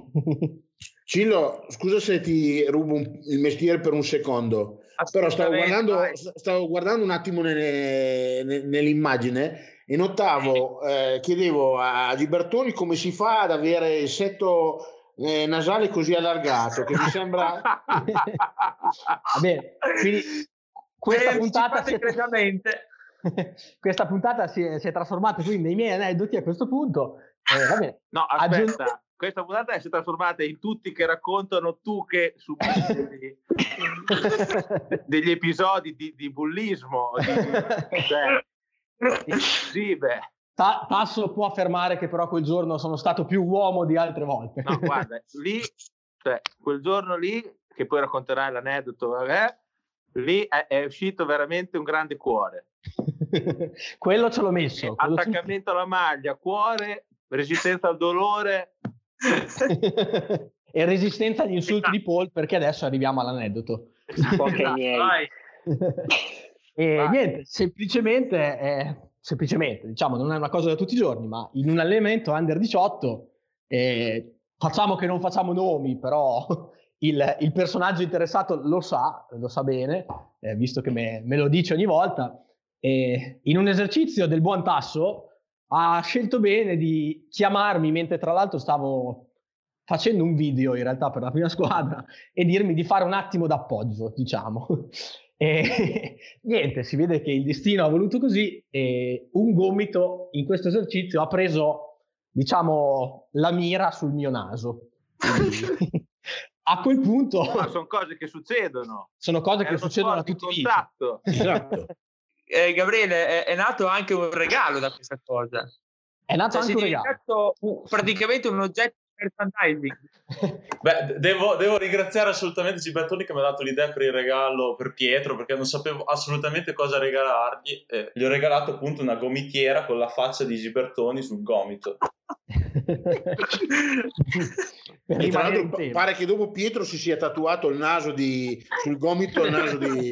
Cillo, scusa se ti rubo un, il mestiere per un secondo, però stavo guardando, stavo guardando un attimo nelle, nell'immagine e notavo, eh, chiedevo a Gibertoni come si fa ad avere il setto eh, nasale così allargato, che mi sembra... Vabbè, quindi questa eh, puntata, si è... questa puntata si è, si è trasformata quindi nei miei aneddoti a questo punto. Eh, vabbè. No, aspetta, Aggiung... questa puntata si è trasformata in tutti che raccontano tu che subisci degli, degli episodi di, di bullismo, di, cioè, sì, beh. Ta- Tasso può affermare che però quel giorno sono stato più uomo di altre volte. No, guarda, lì, cioè, quel giorno lì, che poi racconterai l'aneddoto, vabbè, lì è, è uscito veramente un grande cuore. Quello ce l'ho messo. Attaccamento alla maglia, cuore, resistenza al dolore. E resistenza agli insulti di Paul, perché adesso arriviamo all'aneddoto. Okay, miei. E Vai. niente, semplicemente, eh, semplicemente, diciamo, non è una cosa da tutti i giorni, ma in un allenamento under diciotto, eh, facciamo che non facciamo nomi, però il, il personaggio interessato lo sa, lo sa bene, eh, visto che me, me lo dice ogni volta. E in un esercizio del buon Tasso ha scelto bene di chiamarmi mentre tra l'altro stavo facendo un video in realtà per la prima squadra e dirmi di fare un attimo d'appoggio, diciamo. E niente, si vede che il destino ha voluto così e un gomito in questo esercizio ha preso, diciamo, la mira sul mio naso. Quindi, a quel punto... Ma sono cose che succedono. Sono cose che succedono a tutti i contatto. Esatto. Eh, Gabriele, è, è nato anche un regalo da questa cosa. È nato cioè, anche un regalo. Un, praticamente un oggetto merchandising. Beh, devo, devo ringraziare assolutamente Gibertoni che mi ha dato l'idea per il regalo per Pietro, perché non sapevo assolutamente cosa regalargli. Eh, gli ho regalato appunto una gomitiera con la faccia di Gibertoni sul gomito. E tra l'altro pare che dopo Pietro si sia tatuato il naso di sul gomito, il naso di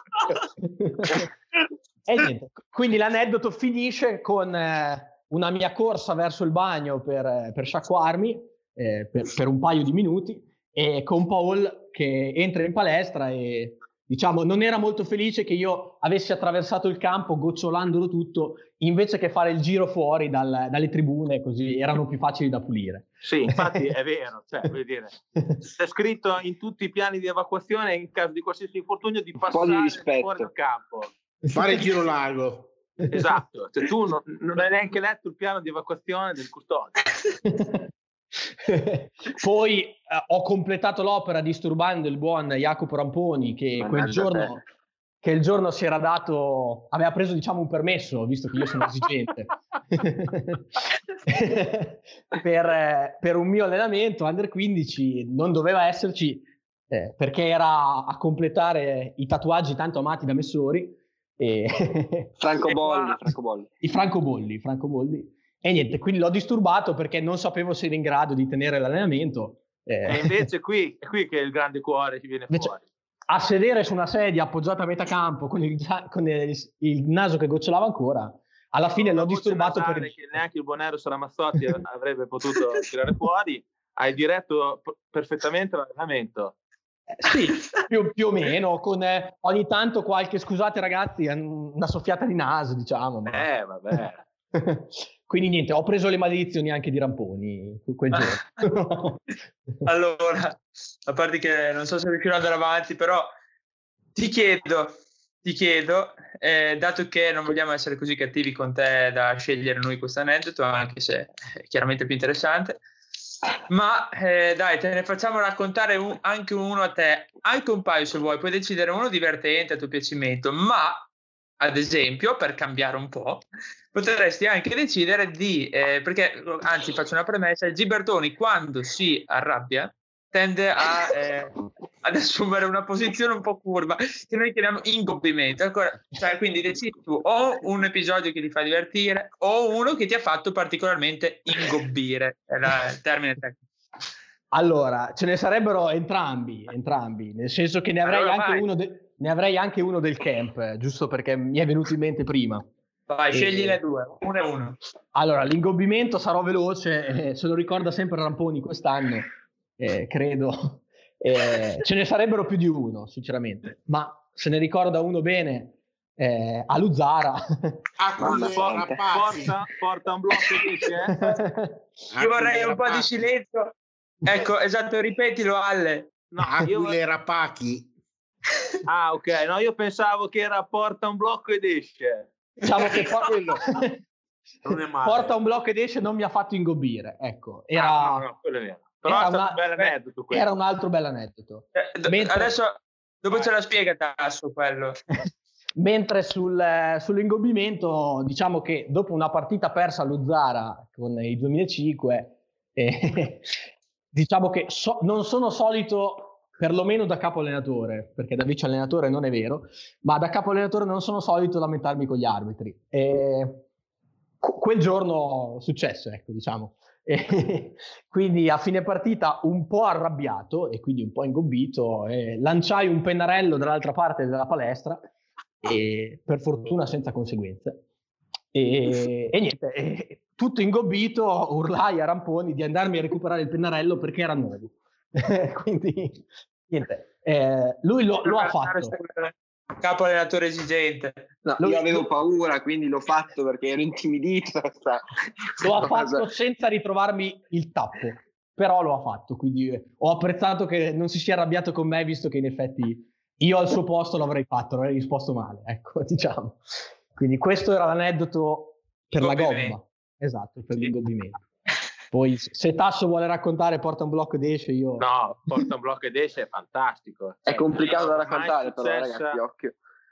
e niente. Quindi l'aneddoto finisce con eh, una mia corsa verso il bagno per, per sciacquarmi eh, per, per un paio di minuti e con Paul che entra in palestra e diciamo non era molto felice che io avessi attraversato il campo gocciolandolo tutto invece che fare il giro fuori dal, dalle tribune, così erano più facili da pulire. Sì, infatti è vero, cioè, voglio dire, c'è scritto in tutti i piani di evacuazione in caso di qualsiasi infortunio di passare di fuori dal campo. Fare il giro largo. Esatto, cioè, tu non, non hai neanche letto il piano di evacuazione del custode. Poi eh, ho completato l'opera disturbando il buon Jacopo Ramponi che Ma quel giorno che il giorno si era dato aveva preso diciamo un permesso visto che io sono esigente per, per un mio allenamento under quindici non doveva esserci eh, perché era a completare i tatuaggi tanto amati da Messori e francobolli, francobolli. i francobolli francobolli e niente, quindi l'ho disturbato perché non sapevo se era in grado di tenere l'allenamento. Eh. E invece qui è qui che il grande cuore ci viene invece, fuori. A sedere su una sedia appoggiata a metà campo con il, con il, il naso che gocciolava ancora, alla fine l'ho disturbato per... che neanche il buon Eros Ramazzotti avrebbe potuto tirare fuori, hai diretto p- perfettamente l'allenamento. Eh, sì, più, più o meno, con eh, ogni tanto qualche, scusate ragazzi, una soffiata di naso, diciamo. Ma... Eh, vabbè. Quindi niente, ho preso le maledizioni anche di Ramponi quel giorno. Allora, a parte che non so se riuscirò ad andare avanti, però ti chiedo, ti chiedo, eh, dato che non vogliamo essere così cattivi con te da scegliere noi questo aneddoto, anche se è chiaramente più interessante, ma eh, dai, te ne facciamo raccontare un, anche uno a te, anche un paio se vuoi, puoi decidere uno divertente a tuo piacimento, ma ad esempio, per cambiare un po', potresti anche decidere di, eh, perché anzi faccio una premessa, il Gibertoni quando si arrabbia tende a, eh, ad assumere una posizione un po' curva, che noi chiamiamo ingobbimento. Ancora, cioè, quindi decidi tu o un episodio che ti fa divertire o uno che ti ha fatto particolarmente ingobbire, è la, il termine tecnico. Allora, ce ne sarebbero entrambi, entrambi, nel senso che ne avrei, allora, anche vai. uno, de- ne avrei anche uno del camp, eh, giusto perché mi è venuto in mente prima. Vai, e... scegliene due, uno e uno. Allora, l'ingobbimento sarò veloce, eh, se lo ricorda sempre Ramponi quest'anno, eh, credo. Eh, ce ne sarebbero più di uno, sinceramente, ma se ne ricorda uno bene, eh, a Luzzara. Ah, porta, porta, porta un blocco dice, eh? Io vorrei un po' di silenzio. Ecco, esatto, ripetilo Ale. No, Aquile Rapachi. Ah, ok, no, io pensavo che era porta un blocco ed esce. Diciamo che, por- Non è male. Porta un blocco ed esce, non mi ha fatto ingobbire. Ecco, era, ah, no, no, quello è vero. Però era è stato una- un bel aneddoto quello. era un altro bel aneddoto. Eh, d- Mentre- Adesso dopo Vai. ce la spiega Tasso quello. Mentre sul, sull'ingobbimento, diciamo che dopo una partita persa allo Zara con i duemilacinque, eh, diciamo che so- non sono solito, perlomeno da capo allenatore, perché da vice allenatore non è vero, ma da capo allenatore non sono solito lamentarmi con gli arbitri. E qu- quel giorno è successo, ecco, diciamo. E quindi a fine partita un po' arrabbiato e quindi un po' ingobbito, eh, lanciai un pennarello dall'altra parte della palestra, e per fortuna senza conseguenze, e, e niente, e tutto ingobbito urlai a ramponi di andarmi a recuperare il pennarello perché era nuovo. Quindi niente, eh, lui lo, lo ha fatto. Capo allenatore esigente. No, Lo- io avevo lo- paura, quindi l'ho fatto perché ero intimidito. da sta- Lo ha sta cosa. fatto senza ritrovarmi il tappo, però lo ha fatto, quindi eh, ho apprezzato che non si sia arrabbiato con me, visto che in effetti io al suo posto l'avrei fatto, avrei risposto male, ecco, diciamo. Quindi questo era l'aneddoto per la Ingobbimento. gomma, esatto, per l'ingobbimento. Poi se Tasso vuole raccontare porta un blocco ed esce, io... No, porta un blocco ed esce è fantastico. È complicato da Ormai è raccontare, però, successa- ragazzi, occhio.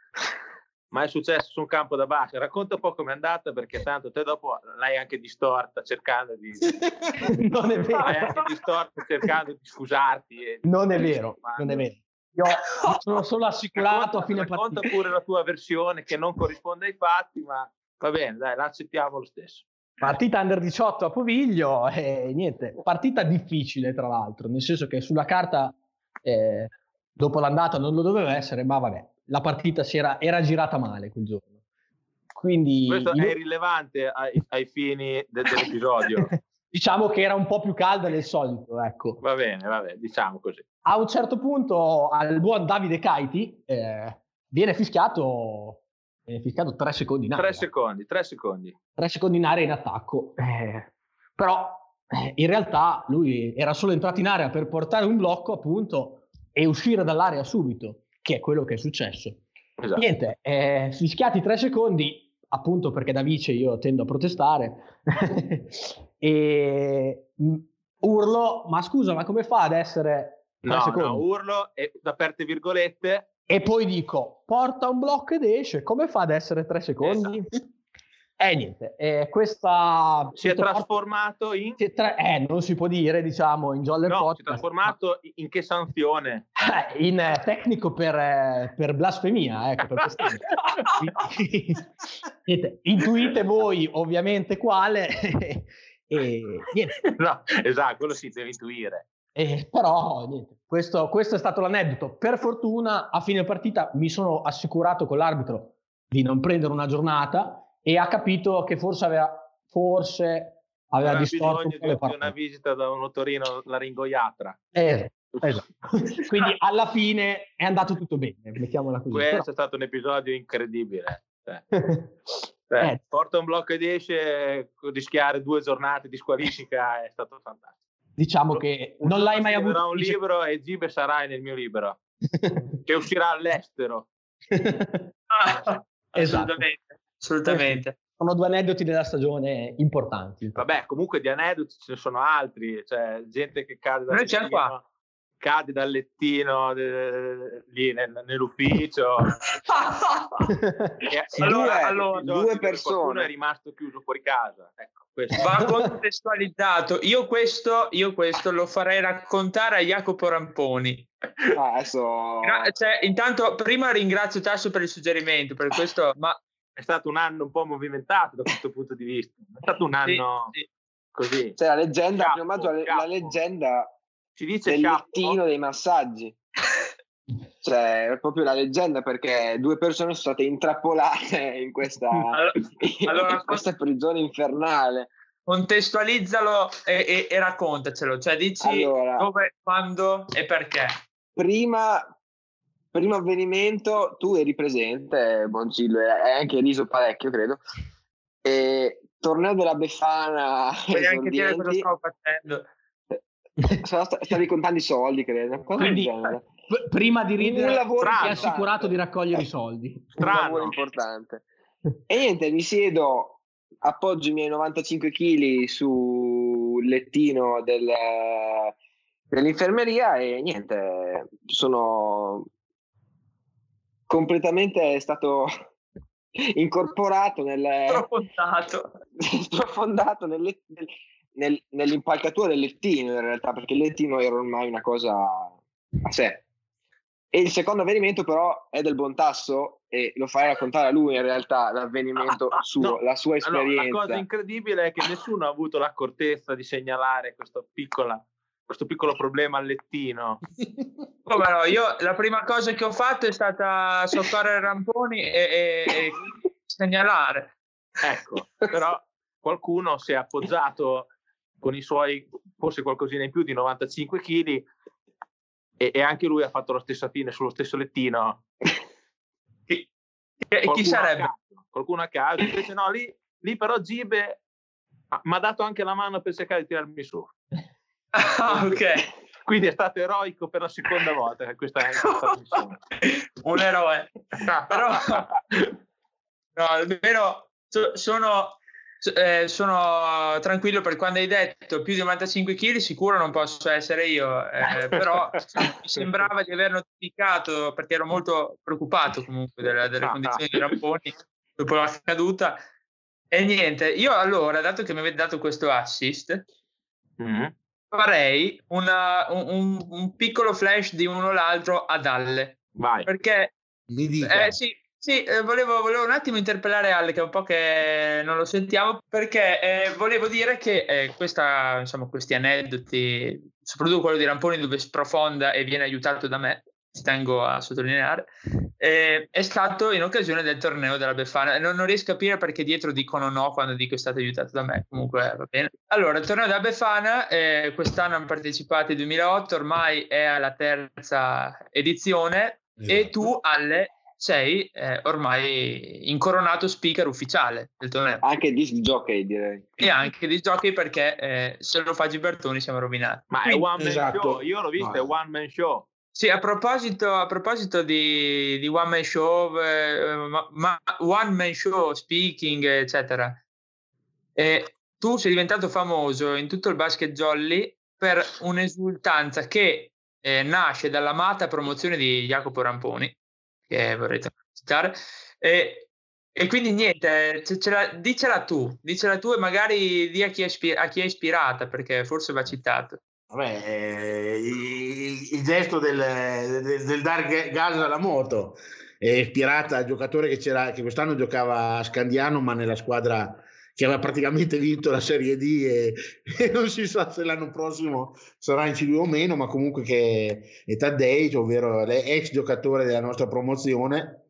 Ma è successo su un campo da basket. Racconta un po' com'è andata, perché tanto te dopo l'hai anche distorta cercando di... Non è vero. l'hai anche distorta cercando di scusarti. e- Non è vero, non è vero. Io mi sono solo assicurato Racconta, a fine racconta partita. pure la tua versione che non corrisponde ai fatti, ma va bene, dai, l'accettiamo lo stesso. Partita under diciotto a Poviglio e niente, partita difficile tra l'altro, nel senso che sulla carta eh, dopo l'andata non lo doveva essere, ma vabbè, la partita si era, era girata male quel giorno. Quindi Questo io- è irrilevante ai, ai fini de- dell'episodio. diciamo che era un po' più calda del solito, ecco. Va bene, va bene, diciamo così. A un certo punto al buon Davide Caiti eh, viene fischiato viene fischiato tre secondi in aria. Tre secondi, tre secondi. tre secondi in area in attacco, eh, però eh, in realtà lui era solo entrato in area per portare un blocco appunto e uscire dall'area subito, che è quello che è successo. Esatto. Niente, eh, fischiati tre secondi, appunto perché da vice io tendo a protestare, e mh, urlo, ma scusa, ma come fa ad essere tre No, secondi? no, urlo e aperte virgolette. E poi dico, porta un blocco ed esce, come fa ad essere tre secondi? Esatto. E eh, niente, eh, questa... Si è questo trasformato in... porta- si è tra- eh, non si può dire, diciamo, in Joller No, si è Podcast, trasformato in che sanzione? ma- eh, in eh, tecnico per, eh, per blasfemia, ecco, per questo. Quindi, niente, intuite voi ovviamente quale, e niente. No, esatto, quello si deve intuire. Eh, però niente, questo, questo è stato l'aneddoto. Per fortuna a fine partita mi sono assicurato con l'arbitro di non prendere una giornata e ha capito che forse aveva, forse aveva Aveva distorto un bisogno po' di, le di una parole. visita da un otorino laringoiatra. Eh, esatto. Quindi alla fine è andato tutto bene, mettiamola così. Questo Però- è stato un episodio incredibile. Eh. Eh, Eh, porta un blocco ed esce, rischiare due giornate di squalifica è stato fantastico. diciamo che non l'hai mai avuto. Scriverò un libro e Gibe sarai nel mio libro, che uscirà all'estero. Esatto. Assolutamente, assolutamente. Sono due aneddoti della stagione importanti. Vabbè, comunque di aneddoti ce ne sono altri, cioè gente che cade dal Noi siamo qua. lettino, cade dal lettino de- lì nel- nell'ufficio. E- Allora- e- allora, episodi due dove persone. qualcuno è rimasto chiuso fuori casa. Ecco, questo. Va contestualizzato. Io questo, io questo lo farei raccontare a Jacopo Ramponi. Ah, adesso... Gra- cioè, intanto, prima ringrazio Tasso per il suggerimento, per questo, ma È stato un anno un po' movimentato da questo punto di vista. È stato un anno sì, sì. così. C'è la leggenda, Sciappo, prima di tutto, la, la sciappo. leggenda Si dice del sciappo. lettino dei massaggi. Cioè, è proprio la leggenda, perché due persone sono state intrappolate in questa, Allora- in allora- questa prigione infernale. Contestualizzalo e, e- e raccontacelo, cioè dici Allora. dove, quando e perché. Prima, primo avvenimento, tu eri presente, Boncillo, e hai anche riso parecchio, credo. E torneo della Befana, Puoi anche dire cosa esordienti. stavo facendo. Sta- stavi contando i soldi, credo, una cosa del Quindi, genere. p- prima di ridere, Un lavoro ti è importante. assicurato di raccogliere i soldi. Un Strano. lavoro importante. E niente, mi siedo appoggio i miei novantacinque chili sul lettino del, dell'infermeria e niente, sono completamente stato incorporato nel Profondato. sprofondato nel, nel, nel, nell'impalcatura del lettino in realtà, perché il lettino era ormai una cosa a sé. E il secondo avvenimento però è del Bontasso e lo farei raccontare a lui in realtà l'avvenimento suo, No, la sua esperienza. No, la cosa incredibile è che nessuno ha avuto l'accortezza di segnalare questo, piccola, questo piccolo problema al lettino. Come no, io la prima cosa che ho fatto è stata soccorrere ramponi e, e, e segnalare. Ecco, però qualcuno si è appoggiato con i suoi, forse qualcosina in più di novantacinque chili e, e anche lui ha fatto la stessa fine sullo stesso lettino. Chi, chi, chi sarebbe? A caso, qualcuno a caso. Invece no, lì, lì però Gibe mi ha dato anche la mano per cercare di tirarmi su. Ah, ok. Quindi è stato eroico per la seconda volta che questa è questa missione. Un eroe. Però no, almeno so, sono eh, sono tranquillo, per quando hai detto più di novantacinque chili sicuro non posso essere io, eh, però mi sembrava di aver notificato, perché ero molto preoccupato comunque delle, delle condizioni di ramponi dopo la caduta. E niente, io allora, dato che mi avete dato questo assist, mm-hmm. farei una, un, un piccolo flash di uno o l'altro ad Alle. Vai. Perché mi dica. Eh, sì, sì eh, volevo, volevo un attimo interpellare Alle, che è un po' che non lo sentiamo, perché eh, volevo dire che eh, questa, insomma, questi aneddoti, soprattutto quello di Ramponi dove sprofonda e viene aiutato da me, ci tengo a sottolineare, eh, è stato in occasione del torneo della Befana. Non, non riesco a capire perché dietro dicono no quando dico è stato aiutato da me, comunque va bene. Allora, il torneo della Befana, eh, quest'anno hanno partecipato il duemilaotto, ormai è alla terza edizione, esatto. E tu, Alle, sei eh, ormai incoronato speaker ufficiale del torneo. Anche disc jockey, direi. E anche disc jockey, perché eh, se lo fa Gibertoni siamo rovinati. Ma Quindi, è one man esatto. show, io l'ho visto, no. È one man show. Sì, a proposito, a proposito di, di one man show, eh, ma, ma one man show, speaking, eccetera, eh, tu sei diventato famoso in tutto il basket jolly per un'esultanza che eh, nasce dall'amata promozione di Jacopo Ramponi, che vorrete citare, e, e quindi niente, ce, ce la, dicela tu, dicela tu e magari di a chi, è ispir- a chi è ispirata, perché forse va citato. Vabbè, eh, il, il gesto del, del, del dare gas alla moto è ispirata al giocatore che, c'era, che quest'anno giocava a Scandiano, ma nella squadra che aveva praticamente vinto la Serie D e, e non si sa se l'anno prossimo sarà in C due o meno, ma comunque che è Taddei, ovvero l'ex giocatore della nostra promozione,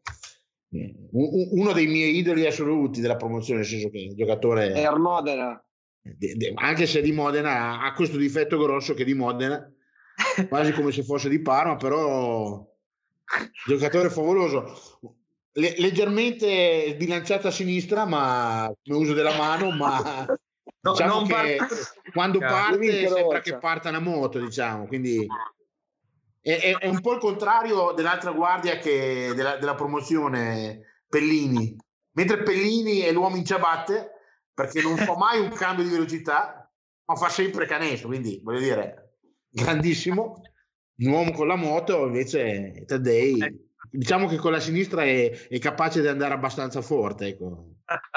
uno dei miei idoli assoluti della promozione, nel senso che il giocatore è a Modena. De, de, anche se di Modena ha questo difetto grosso che di Modena quasi come se fosse di Parma, però giocatore favoloso, Le, leggermente sbilanciato a sinistra ma come uso della mano, ma no, diciamo che part- quando parte sembra che parta una moto, diciamo, quindi è, è, è un po' il contrario dell'altra guardia che della, della promozione, Pellini, mentre Pellini è l'uomo in ciabatte perché non fa mai un cambio di velocità, ma fa sempre canestro, quindi voglio dire, grandissimo. Un uomo con la moto, invece Taddei, diciamo che con la sinistra è, è capace di andare abbastanza forte, ecco.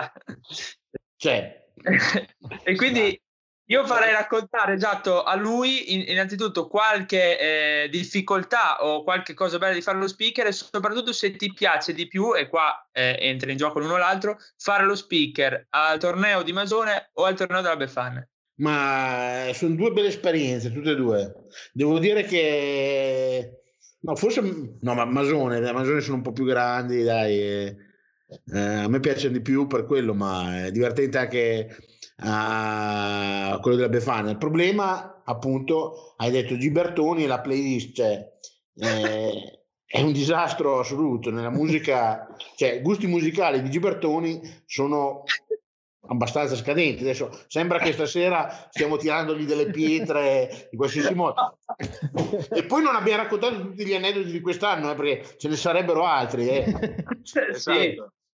Cioè. E quindi io farei raccontare, esatto, a lui in, innanzitutto qualche eh, difficoltà o qualche cosa bella di fare lo speaker, e soprattutto se ti piace di più, e qua eh, entra in gioco l'uno o l'altro, fare lo speaker al torneo di Masone o al torneo della Befana. Ma sono due belle esperienze, tutte e due. Devo dire che no, forse no, ma Masone, Masone sono un po' più grandi, dai. Eh, eh, a me piacciono di più per quello, ma è divertente anche a uh, quello della Befana. Il problema, appunto, hai detto Gibertoni e la playlist, cioè eh, è un disastro assoluto nella musica, cioè gusti musicali di Gibertoni sono abbastanza scadenti. Adesso sembra che stasera stiamo tirandogli delle pietre in qualsiasi modo, e poi non abbiamo raccontato tutti gli aneddoti di quest'anno, eh, perché ce ne sarebbero altri, eh. Sì.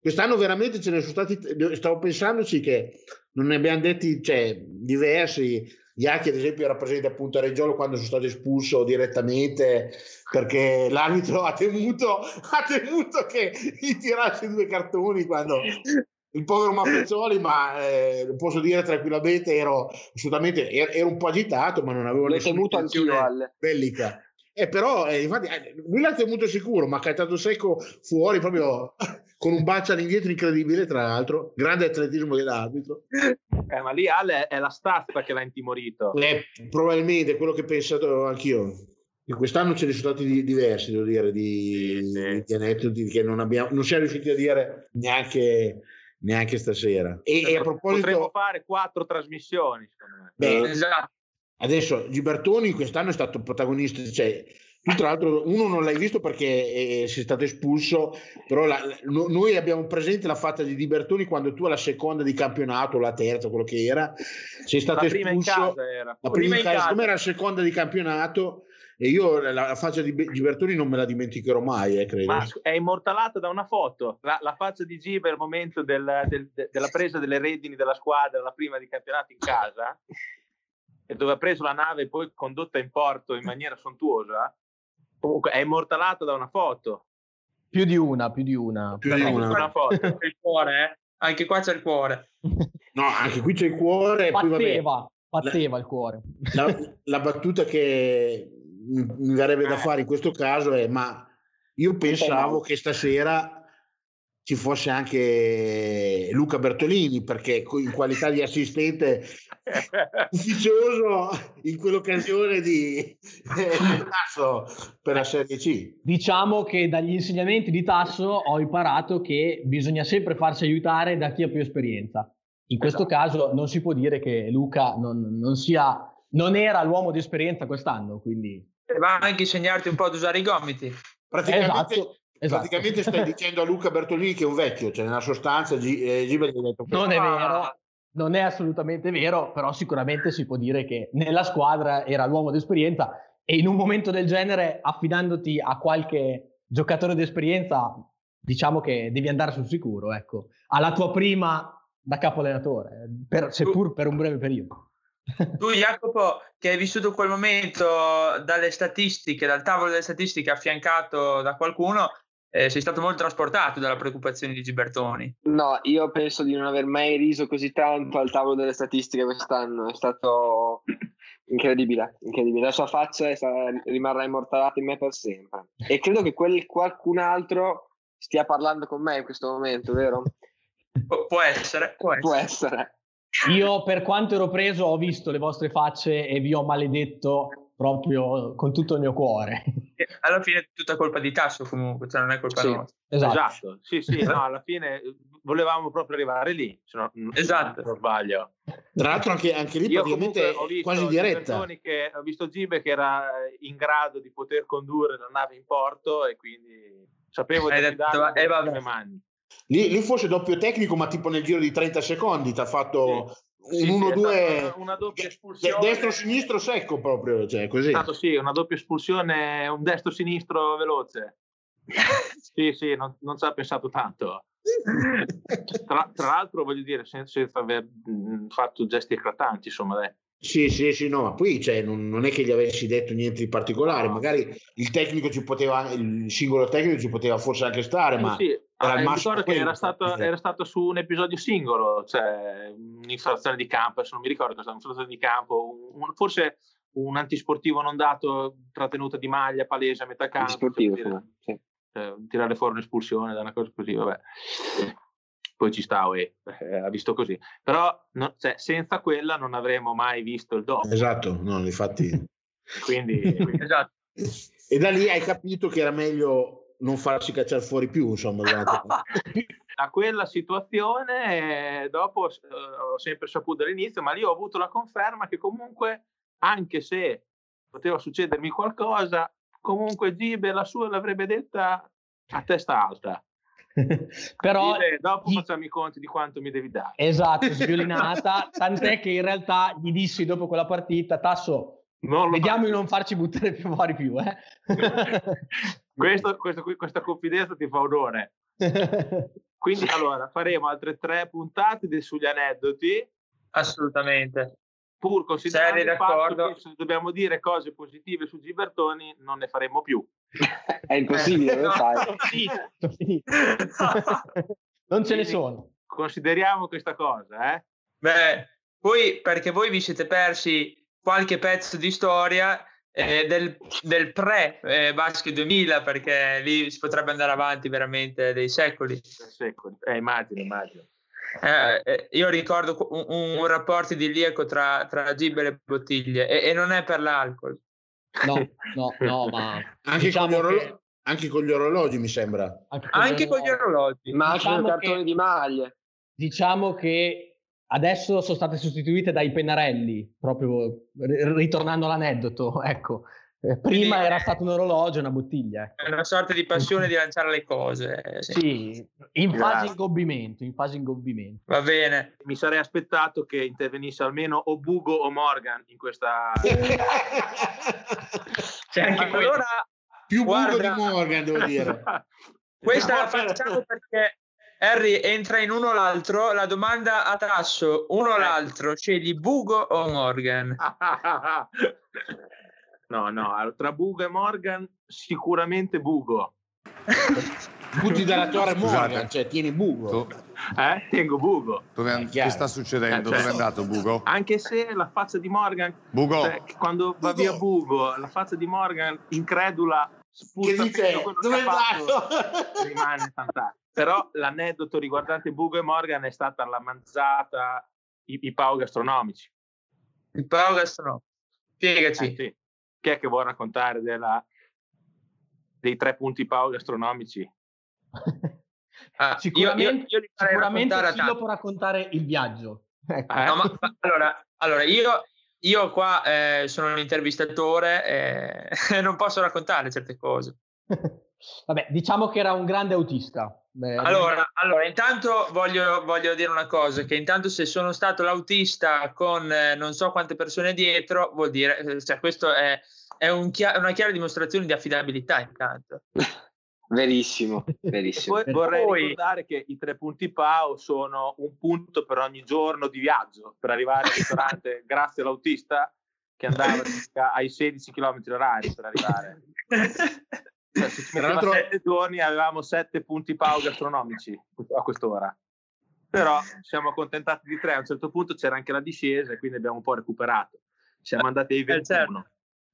quest'anno veramente ce ne sono stati, stavo pensandoci che non ne abbiamo detti, cioè, diversi. Iacchi ad esempio era presente appunto a Reggiolo quando sono stato espulso direttamente perché l'arbitro ha temuto ha temuto che gli tirasse due cartoni quando il povero Maffezzoli, ma eh, lo posso dire tranquillamente, ero assolutamente ero, ero un po' agitato, ma non avevo l'ho nessuna temuto anch'io, Ale. bellica. Eh, però eh, infatti eh, lui l'ha temuto sicuro, ma ha cantato secco fuori proprio con un bacio all'indietro incredibile, tra l'altro grande atletismo dell'arbitro. Eh, ma lì Ale è la stazza che l'ha intimorito. Eh, probabilmente quello che ho pensato anch'io. In quest'anno ce ne sono stati di, diversi, devo dire, di, sì, sì. di aneddoti che non abbiamo, non siamo riusciti a dire neanche, neanche stasera. E, e a proposito, potremmo fare quattro trasmissioni, secondo me. Beh, Esatto. adesso Gibertoni quest'anno è stato protagonista, cioè tu tra l'altro uno non l'hai visto perché eh, sei stato espulso, però la, no, noi abbiamo presente la fatta di Di Bertoni quando tu alla seconda di campionato, la terza, quello che era, sei stato la prima espulso. In casa era. La prima in casa, siccome era la seconda di campionato, e io la, la faccia di Gibertoni non me la dimenticherò mai, eh, credo. Ma è immortalata da una foto, la, la faccia di Giber al momento del, del, de, della presa delle redini della squadra, la prima di campionato in casa, e dove ha preso la nave e poi condotta in porto in maniera sontuosa. Comunque è immortalato da una foto. Più di una, più di una. Più di una. una foto. Il cuore, eh? Anche qua c'è il cuore. No, anche qui c'è il cuore. Batteva, poi, vabbè, batteva la, il cuore. La, la battuta che mi, mi verrebbe da fare in questo caso è: ma io pensavo che stasera ci fosse anche Luca Bertolini, perché in qualità di assistente ufficioso in quell'occasione di eh, Tasso per la Serie C. Diciamo che dagli insegnamenti di Tasso ho imparato che bisogna sempre farsi aiutare da chi ha più esperienza. In questo esatto. caso non si può dire che Luca non, non sia non era l'uomo di esperienza quest'anno, quindi va anche insegnarti un po' ad usare i gomiti. Praticamente esatto. Esatto. Praticamente stai dicendo a Luca Bertolini che è un vecchio, cioè nella sostanza G- eh, Giber gli ha detto non è vero, non è assolutamente vero, però sicuramente si può dire che nella squadra era l'uomo d'esperienza e in un momento del genere, affidandoti a qualche giocatore d'esperienza, diciamo che devi andare sul sicuro, ecco, alla tua prima da capo allenatore, per, seppur per un breve periodo. Tu Jacopo, che hai vissuto quel momento dalle statistiche, dal tavolo delle statistiche affiancato da qualcuno, eh, sei stato molto trasportato dalla preoccupazione di Gibertoni. No, io penso di non aver mai riso così tanto al tavolo delle statistiche quest'anno, è stato incredibile, incredibile. La sua faccia è stata, rimarrà immortalata in me per sempre. E credo che quel qualcun altro stia parlando con me in questo momento, vero? Pu- può essere, può essere. Può essere. Io per quanto ero preso ho visto le vostre facce e vi ho maledetto proprio con tutto il mio cuore. Alla fine è tutta colpa di Tasso comunque, cioè non è colpa sì. nostra. Esatto. esatto, sì sì, no, alla fine volevamo proprio arrivare lì, se no, esatto. non sbaglio. Tra l'altro anche, anche lì Io praticamente ho visto quasi diretta. Che, ho visto Gibe che era in grado di poter condurre la nave in porto e quindi sapevo di darle eh, le mani. Lì, lì forse doppio tecnico, ma tipo nel giro di trenta secondi ti ha fatto sì. un uno due Una, una doppia espulsione destro-sinistro secco proprio, cioè così. Stato, sì, una doppia espulsione, un destro-sinistro veloce. Sì, sì, non, non ci ha pensato tanto. Tra, tra l'altro, voglio dire, senza, senza aver mh, fatto gesti eclatanti, insomma, dai. Sì, sì, sì, no, ma poi cioè, non, non è che gli avessi detto niente di particolare, no. Magari il tecnico ci poteva, il singolo tecnico ci poteva forse anche stare, sì, ma sì. era ah, il massimo. Ricordo che era stato, era stato su un episodio singolo, cioè un'infrazione di campo, adesso non mi ricordo cosa, un'infrazione di campo, un, forse un antisportivo non dato, trattenuta di maglia palese a metà campo. Antisportivo, dire, sì. eh, tirare fuori un'espulsione da una cosa così, vabbè. Poi ci sta, eh, ha visto così, però no, cioè, senza quella non avremmo mai visto il dopo. Esatto, no, infatti. quindi, quindi esatto. E da lì hai capito che era meglio non farsi cacciare fuori più, insomma. A quella situazione, eh, dopo eh, ho sempre saputo all'inizio, ma lì ho avuto la conferma che comunque, anche se poteva succedermi qualcosa, comunque Gibe la sua l'avrebbe detta a testa alta. Però Gibe, dopo gli... facciamo i conti di quanto mi devi dare. Esatto, sviolinata, tant'è che in realtà gli dissi dopo quella partita: Tasso, non vediamo di non farci buttare più fuori più, eh? questo, questo, questa confidenza ti fa onore. Quindi allora faremo altre tre puntate de- sugli aneddoti. Assolutamente. Pur considerando Sei il fatto d'accordo? che se dobbiamo dire cose positive su Gibertoni non ne faremo più. È impossibile, lo sai. Non ce ne Quindi sono. Consideriamo questa cosa, eh? Beh, poi perché voi vi siete persi qualche pezzo di storia eh, del, del pre eh, Basket duemila, perché lì si potrebbe andare avanti veramente dei secoli. Secoli. Eh, immagino, immagino. Eh, eh, io ricordo un, un, un rapporto idilliaco tra, tra Gib e le bottiglie, e, e non è per l'alcol. No, no, no, ma Anche, diciamo con gli orolo- che- anche con gli orologi, mi sembra. anche con, Anche con gli orologi. Ma anche Diciamo con i cartoni che- di maglie. Diciamo che adesso sono state sostituite dai pennarelli, proprio ri- ritornando all'aneddoto, ecco. Eh, prima Quindi- era stato un orologio e una bottiglia. È una sorta di passione di lanciare le cose. eh, sì. Sì, in fase Grazie. ingobbimento, in fase ingobbimento. Va bene. Mi sarei aspettato che intervenisse almeno o Bugo o Morgan in questa... C'è anche quello. Allora, più buco Guarda- di Morgan, devo dire. Questa la facciamo perché Harry entra in uno o l'altro. La domanda a tasso, uno o l'altro, scegli Bugo o Morgan? No, no, tra Bugo e Morgan sicuramente Bugo. Butti dalla torre Scusate. Morgan, cioè tieni buco. Do- Eh? Tengo Bugo. dove È an- chiaro. che sta succedendo? Eh, certo. Dove è andato Bugo? Anche se la faccia di Morgan, Bugo, cioè, quando va via Bugo, la faccia di Morgan incredula, Che spuzza dice, tutto quello dove che è ha fatto, andato? rimane fantastico. Però l'aneddoto riguardante Bugo e Morgan è stata la mangiata, i, i pau gastronomici. Il Paolo Gastronomo. Spiegaci. Eh, sì. Chi è che vuole raccontare della, dei tre punti pau gastronomici? Ah, Sicuramente, io, io, io li farei sicuramente raccontare a Cillo tanti. può raccontare il viaggio. Ecco. Eh? No, ma, ma- allora, allora io, io qua eh, sono un intervistatore e non posso raccontare certe cose. Vabbè, diciamo che era un grande autista. Beh, Allora, allora intanto voglio, voglio dire una cosa, che intanto se sono stato l'autista con eh, non so quante persone dietro, vuol dire, eh, cioè questo è, è un chia- una chiara dimostrazione di affidabilità intanto. Verissimo, E verissimo. poi vorrei Poi- ricordare che i tre punti pau sono un punto per ogni giorno di viaggio per arrivare al ristorante grazie all'autista che andava circa ai sedici chilometri orari per arrivare. Cioè, se ci Tra metteva l'altro- sette giorni avevamo sette punti pau gastronomici a quest'ora. Però ci siamo accontentati di tre, a un certo punto c'era anche la discesa e quindi abbiamo un po' recuperato. Siamo andati ai Eh, ventuno.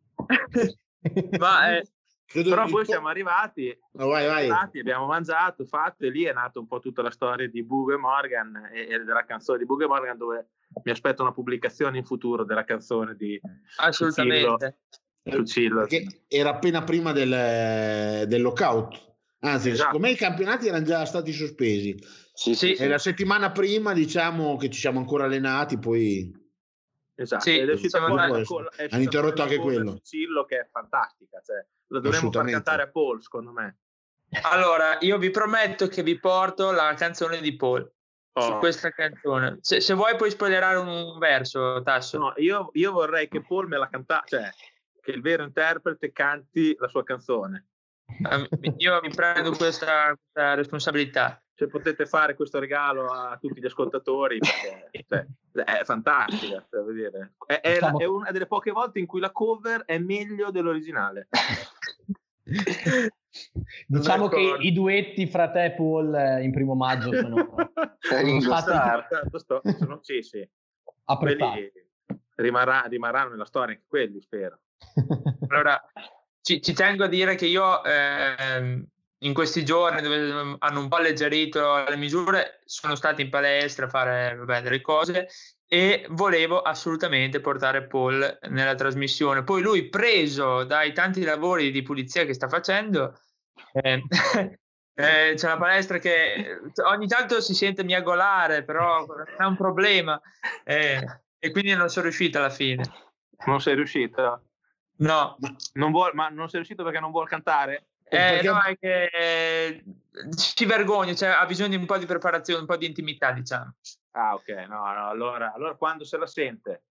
certo. Ma eh, Credo Però il poi po- siamo arrivati, No, vai, vai. arrivati, abbiamo mangiato, fatto, e lì è nata un po' tutta la storia di Bugo e Morgan e, e della canzone di Bugo e Morgan, dove mi aspetto una pubblicazione in futuro della canzone di assolutamente. Succillo. Perché era appena prima del, del lockout. Anzi, Esatto. siccome i campionati erano già stati sospesi, Sì, sì, Sì. sì. e la settimana prima diciamo che ci siamo ancora allenati, poi Esatto, Sì, ed è uscita siamo fuori andati- la colla- è uscita hanno interrotto fuori anche la colla quello. di Succillo, che è fantastica, cioè, la dovremmo far Assolutamente. cantare a Paul, secondo me. Allora, io vi prometto che vi porto la canzone di Paul su Oh. questa canzone. Se, se vuoi puoi spoilerare un, un verso, Tasso. No, io, io vorrei che Paul me la canta, cioè che il vero interprete canti la sua canzone. Eh, Io mi prendo questa, questa responsabilità. Se potete fare questo regalo a tutti gli ascoltatori, perché cioè, è fantastica, cioè, vuol dire. È, è, la- è una delle poche volte in cui la cover è meglio dell'originale. Diciamo che D'accordo. i duetti fra te e Paul eh, in primo maggio sono, Ringo sono stati Starr. Certo, sto- sono- sì, sì. apprezzati. Quelli rimarrà- rimarranno nella storia anche quelli, spero. Allora, ci, ci tengo a dire che io ehm, in questi giorni dove hanno un po' alleggerito le misure, sono stato in palestra a fare vabbè, delle cose e volevo assolutamente portare Paul nella trasmissione. Poi lui, preso dai tanti lavori di pulizia che sta facendo, eh, eh, c'è la palestra che ogni tanto si sente miagolare, però è un problema eh, e quindi non sono riuscito alla fine. Non sei riuscito? No, Non vuol, ma non sei riuscito perché non vuol cantare? Eh, Perché- no, è che eh, ci vergogno, cioè ha bisogno di un po' di preparazione, un po' di intimità, diciamo. Ah, ok, no, no, allora, allora quando se la sente?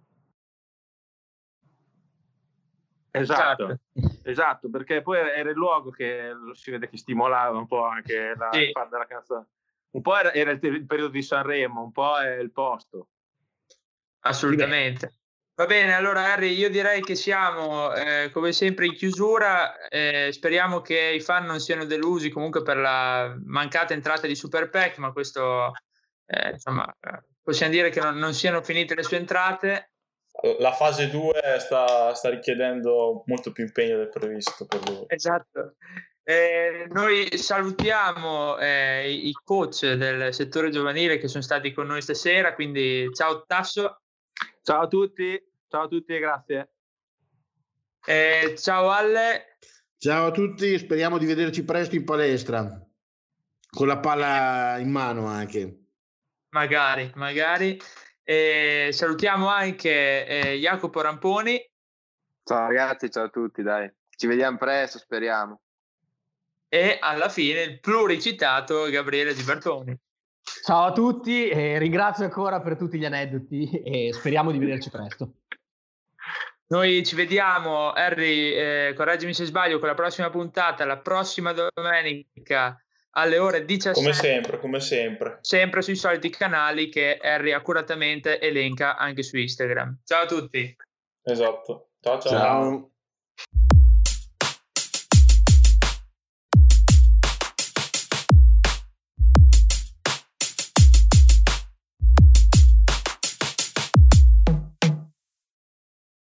Esatto, esatto, perché poi era il luogo che lo si vede che stimolava un po' anche la Sì. parte della canzone. un po' era, era il, il periodo di Sanremo, un po' è il posto. Assolutamente. Va bene, allora Harry, io direi che siamo eh, come sempre in chiusura, eh, speriamo che i fan non siano delusi comunque per la mancata entrata di Super Pack, ma questo eh, insomma possiamo dire che non, non siano finite le sue entrate. La fase due sta, sta richiedendo molto più impegno del previsto per lui. Esatto. Eh, noi salutiamo eh, i coach del settore giovanile che sono stati con noi stasera, quindi ciao Tasso. Ciao a tutti, ciao a tutti e grazie. Eh, ciao Alle. Ciao a tutti, speriamo di vederci presto in palestra, con la palla in mano anche. Magari, magari. Eh, salutiamo anche eh, Jacopo Ramponi. Ciao ragazzi, ciao a tutti, dai. Ci vediamo presto, speriamo. E alla fine il pluricitato Gabriele Gibertoni. Ciao a tutti e ringrazio ancora per tutti gli aneddoti e speriamo di vederci presto. Noi ci vediamo, Harry, eh, correggimi se sbaglio, con la prossima puntata, la prossima domenica alle ore diciassette. Come sempre, come sempre. Sempre sui soliti canali che Harry accuratamente elenca anche su Instagram. Ciao a tutti. Esatto. Ciao ciao. Ciao.